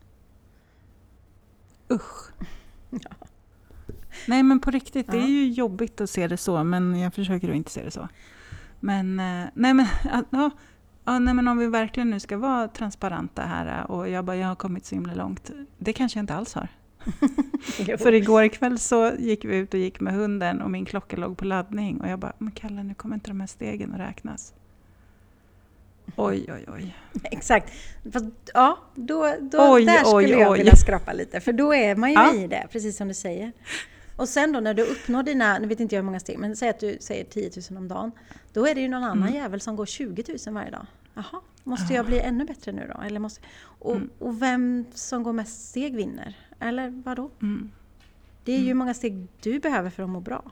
usch. Ja. Nej, men på riktigt, det Ja. är ju jobbigt att se det så, men jag försöker att inte se det så. Men, eh, nej men, ja, ja, ja, nej men om vi verkligen nu ska vara transparenta här och jag bara, jag har kommit så himla långt. Det kanske jag inte alls har. För igår kväll så gick vi ut och gick med hunden och min klocka låg på laddning och jag bara, men Kalle, nu kommer inte de här stegen att räknas. Oj, oj, oj. Exakt. Fast, ja, då, då, Oj, där skulle oj, jag oj. vilja skrapa lite. För då är man ju Ja. i det, precis som du säger. Och sen då när du uppnår dina, nu vet inte jag hur många steg, men säg att du säger tio tusen om dagen. Då är det ju någon annan Mm. jävel som går tjugo tusen varje dag. Jaha, måste Ja. jag bli ännu bättre nu då? Eller måste, och, Mm. och vem som går mest steg vinner? Eller vadå? Mm. Det är ju hur Mm. många steg du behöver för att må bra.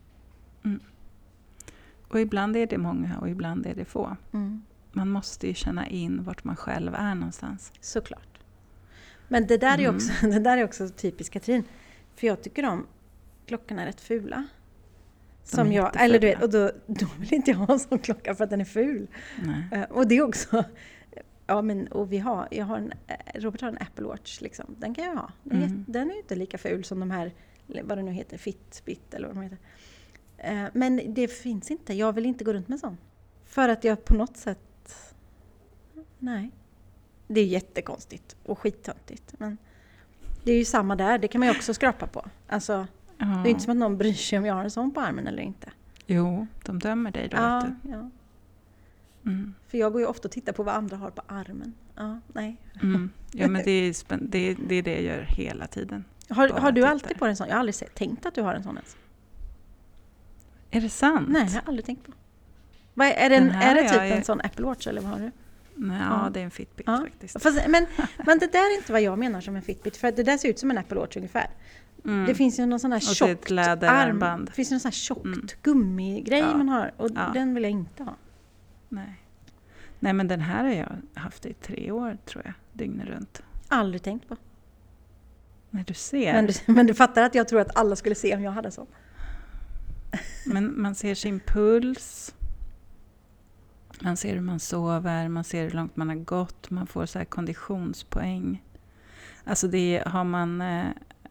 Och ibland är det många och ibland är det få. Mm. Man måste ju känna in vart man själv är någonstans. Såklart. Men det där, är Mm. också, det där är också typiskt Katrin. För jag tycker om klockorna är rätt fula. De Som är jag, jättefula. eller du vet, och då, då vill inte jag ha en sån klocka för att den är ful. Nej. Eh, och det är också, ja men och vi har, jag har en, eh, Robert har en Apple Watch liksom. Den kan jag ha. Den, är Mm. jätte- den är ju inte lika ful som de här, vad det nu heter, Fitbit eller vad de heter. Eh, men det finns inte, jag vill inte gå runt med sån. För att jag på något sätt, nej. Det är jättekonstigt och skittöntigt. Men det är ju samma där, det kan man ju också skrapa på. Alltså, Ja. det är ju inte som att någon bryr sig om jag har en sån på armen eller inte. Jo, de dömer dig då. Ja, Vet ja. du. Mm. För jag går ju ofta och tittar på vad andra har på armen. Ja, nej. Mm. Ja, men det är, spän- det, är, det är det jag gör hela tiden. Har, Bara har du tittar. alltid på en sån? Jag har aldrig sett, tänkt att du har en sån ens. Är det sant? Nej, jag har aldrig tänkt på. Vad är, är, det en, Den här är det är typ jag- en sån Apple Watch eller vad har du? Nej, Ja. ja, det är en Fitbit Ja. faktiskt. Fast, men, men det där är inte vad jag menar som en Fitbit. För att det där ser ut som en Apple Watch ungefär. Mm. Det finns ju någon sån här Och så tjockt ett läderarmband. Det finns ju någon sån här tjockt Mm. gummigrej Ja. man har. Och Ja. den vill jag inte ha. Nej. Nej, men den här har jag haft i tre år tror jag, dygnet runt. Aldrig tänkt på. När du ser. Men du, men du fattar att jag tror att alla skulle se om jag hade så. Men man ser sin puls. Man ser hur man sover. Man ser hur långt man har gått. Man får så här konditionspoäng. Alltså det har man, eh,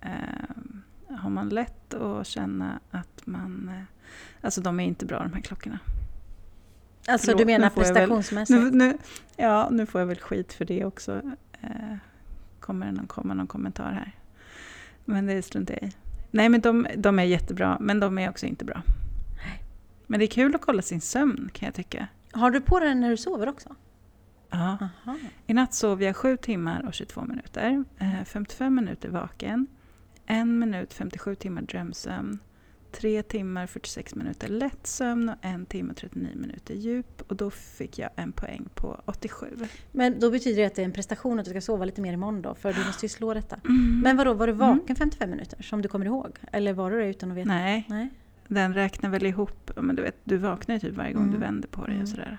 eh, har man lätt att känna att man... Eh, alltså de är inte bra de här klockorna. Alltså Förlåt, du menar nu får jag väl- prestationsmässigt? Nu, nu, ja, nu får jag väl skit för det också. Eh, kommer det någon, komma någon kommentar här? Men det struntar jag i. Nej, men de, de är jättebra, men de är också inte bra. Men det är kul att kolla sin sömn, kan jag tycka. Har du på den när du sover också? Ja. Aha. I natt sov jag sju timmar och tjugotvå minuter. Eh, femtiofem minuter vaken. En minut femtiosju timmar drömsömn. Tre timmar fyrtiosex minuter lätt sömn och en timme trettionio minuter djup. Och då fick jag en poäng på åttiosju. Men då betyder det att det är en prestation att du ska sova lite mer imorgon då? För du måste ju slå detta. Mm. Men vadå, var du vaken femtiofem minuter som du kommer ihåg? Eller var du det utan att veta? Nej, Nej. den räknar väl ihop. Men du vet, du vaknar ju typ varje gång Mm. du vänder på dig Mm. och sådär.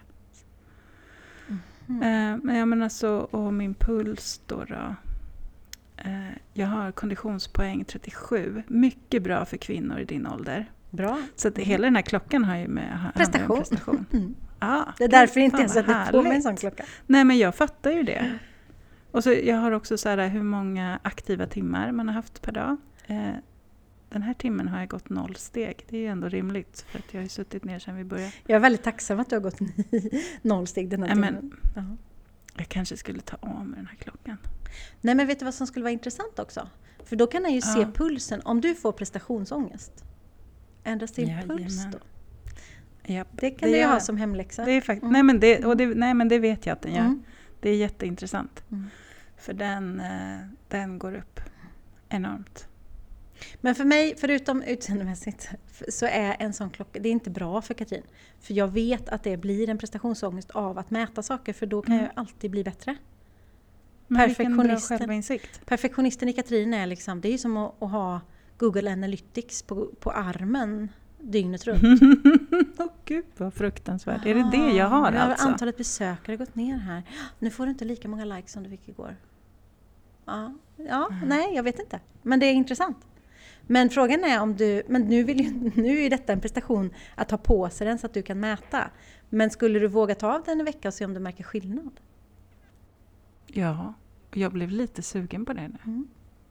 Mm. Eh, men jag menar så, och min puls då då. Eh, jag har konditionspoäng trettiosju. Mycket bra för kvinnor i din ålder. Bra. Så att hela den här klockan har ju med handlar ju om Prestation. prestation. Mm. Ja, Det är därför gud, inte fan jag vad sätter på mig en härligt. sån klocka. Nej, men jag fattar ju det. Och så jag har också så här hur många aktiva timmar man har haft per dag. Eh, den här timmen har jag gått noll steg. Det är ju ändå rimligt för att jag har ju suttit ner sedan vi började. Jag är väldigt tacksam att du har gått noll steg den här Nej, timmen. men, Uh-huh. jag kanske skulle ta av med den här klockan. Nej, men vet du vad som skulle vara intressant också? För då kan jag ju se Ja. pulsen. Om du får prestationsångest, ändras din Jajamän. puls då? Japp, Det kan det du ju gör- ha som hemläxa. Det är fakt- Mm. nej, men det, och det, nej men det vet jag att den gör. Mm. Det är jätteintressant. Mm. För den, eh, den går upp enormt. Men för mig, förutom utseendemässigt, så är en sån klocka, det är inte bra för Katrin. För jag vet att det blir en prestationsångest av att mäta saker, för då kan Mm. jag alltid bli bättre. Men vilken bra Perfektionisten. självinsikt. Perfektionisten i Katrin är liksom, det är ju som att, att ha Google Analytics på, på armen dygnet runt. Åh gud vad fruktansvärt. Är det det jag har Nu alltså? antalet besökare gått ner här. Nu får du inte lika många likes som du fick igår. Ja, ja Mm. nej jag vet inte. Men det är intressant. Men frågan är om du, men nu, vill ju, nu är ju detta en prestation att ha på sig den så att du kan mäta. Men skulle du våga ta av den en vecka och se om du märker skillnad? Ja, jag blev lite sugen på det nu. Mm.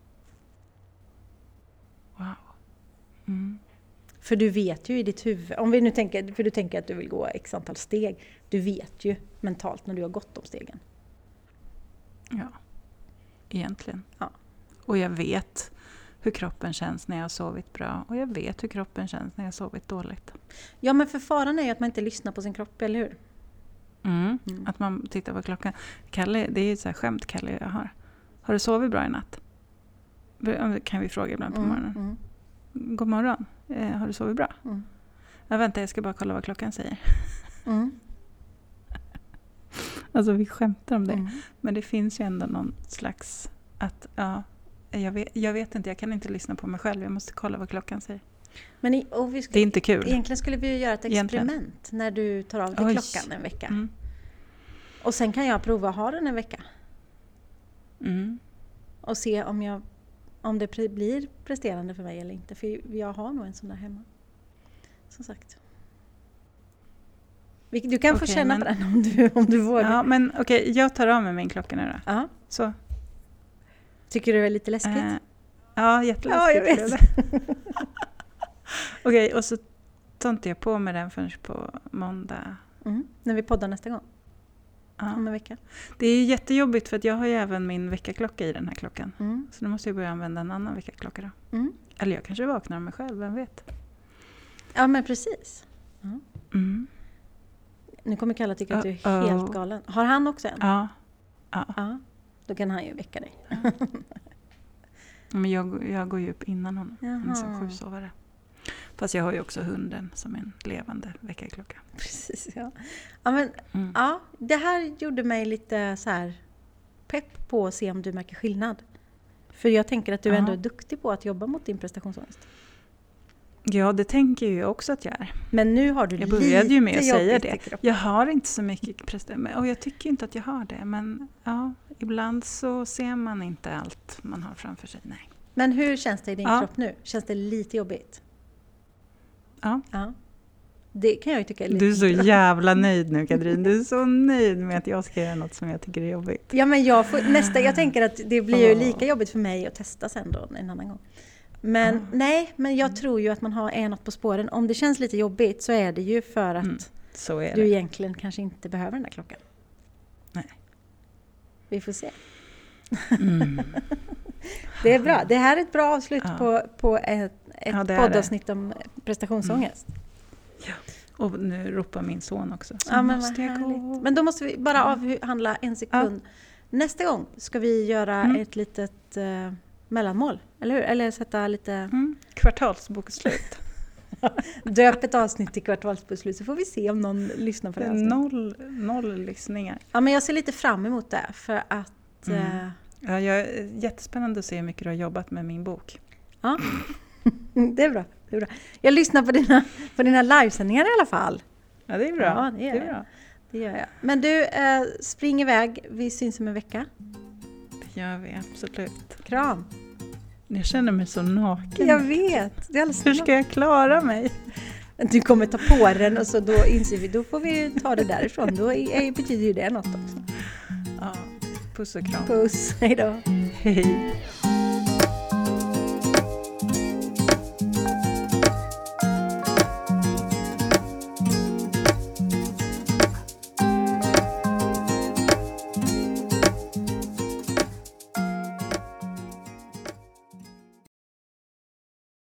Wow. Mm. För du vet ju i ditt huvud, om vi nu tänker, för du tänker att du vill gå x antal steg. Du vet ju mentalt när du har gått de stegen. Ja, egentligen. Ja. Och jag vet hur kroppen känns när jag har sovit bra. Och jag vet hur kroppen känns när jag har sovit dåligt. Ja, men för faran är ju att man inte lyssnar på sin kropp, eller hur? Mm. Mm. Att man tittar på klockan. Kalle, det är ett så här skämt Kalle jag har. Har du sovit bra i natt? Kan vi fråga ibland på morgonen. Mm. God morgon. Eh, har du sovit bra? Mm. Ja, vänta, jag ska bara kolla vad klockan säger. Mm. Alltså vi skämtar om det. Mm. Men det finns ju ändå någon slags att, ja, jag vet, jag vet inte, jag kan inte lyssna på mig själv. Jag måste kolla vad klockan säger. Men i, och vi ska, Det är inte kul. egentligen skulle vi ju göra ett experiment Egentligen. när du tar av dig Oj. klockan en vecka. Mm. Och sen kan jag prova att ha den en vecka. Mm. Och se om, jag, om det pre- blir presterande för mig eller inte. För jag har nog en sån där hemma. Som sagt. Vi- Du kan få Okej, känna men- på den om du, om du vågar. Ja, men okej, jag tar av mig min klocka nu då. Ja. Så. Tycker du det är lite läskigt? Eh, ja, jätteläskigt. Ja, jag vet. blev det. Okej, och så tar inte jag på mig den förrän på måndag. Mm. När vi poddar nästa gång. Ja. Om en vecka. Det är jättejobbigt för att jag har ju även min veckaklocka i den här klockan. Mm. Så nu måste jag börja använda en annan veckaklocka då. Mm. Eller jag kanske vaknar av mig själv, vem vet? Ja, men precis. Mm. Nu kommer Kalle tycka att du är Uh-oh. helt galen. Har han också en? Ja. Ja. Ja. Då kan han ju väcka dig. Men jag, jag går ju upp innan honom. Han är så Jaha. sjusovare. Fast jag har ju också hunden som en levande väckarklocka. Precis, ja. Ja, men, Mm. ja, det här gjorde mig lite så här pepp på att se om du märker skillnad. För jag tänker att du Ja. ändå är duktig på att jobba mot din prestationsångest. Ja, det tänker jag också att jag är. Men nu har du Jag lite började ju med att säga jobbigt det. i kroppen. Jag har inte så mycket prestation. Och jag tycker inte att jag har det. Men ja, ibland så ser man inte allt man har framför sig. Nej. Men hur känns det i din Ja. kropp nu? Känns det lite jobbigt? Ja. Ja. Det kan jag ju tycka är lite Du är så jävla nöjd nu, Katrin. Du är så nöjd med att jag ska göra något som jag tycker är jobbigt. Ja, men jag, får, nästa, jag tänker att det blir ju Åh. lika jobbigt för mig att testa sen då en annan gång. Men Ah. nej, men jag tror ju att man har är något på spåren. Om det känns lite jobbigt så är det ju för att Mm, så är du det. egentligen kanske inte behöver den där klockan. Nej. Vi får se. Mm. Det är bra. Det här är ett bra avslut Ja. på, på ett, ett Ja, det är poddavsnitt om prestationsångest. Och nu ropar min son också. Så Ja, men måste vad jag gå. härligt. Men då måste vi bara avhandla en sekund. Nästa gång ska vi göra Mm. ett litet eh, mellanmål, eller hur? Eller sätta lite... Mm. Kvartalsbokslut. Döp ett avsnitt till kvartalsbeslut så får vi se om någon lyssnar på Det det. är Avsnitt. noll, noll lyssningar. Ja, men jag ser lite fram emot det för att... Mm. Eh, Ja, jag är jättespännande att se hur mycket du har jobbat med min bok. ja, det är bra. Det är bra. Jag lyssnar på dina, på dina livesändningar i alla fall. Ja, det är bra. Ja, det gör jag. bra. Det gör jag. Men du, eh, spring iväg. Vi syns om en vecka. Det gör vi absolut. Kram. Jag känner mig så naken. Jag vet. Det är alldeles Hur ska jag klara mig? Du kommer ta på den och så då inser vi, då får vi ta det därifrån. Då är, betyder ju det något också. Ja. Puss och kram. Puss, hej då. Hej.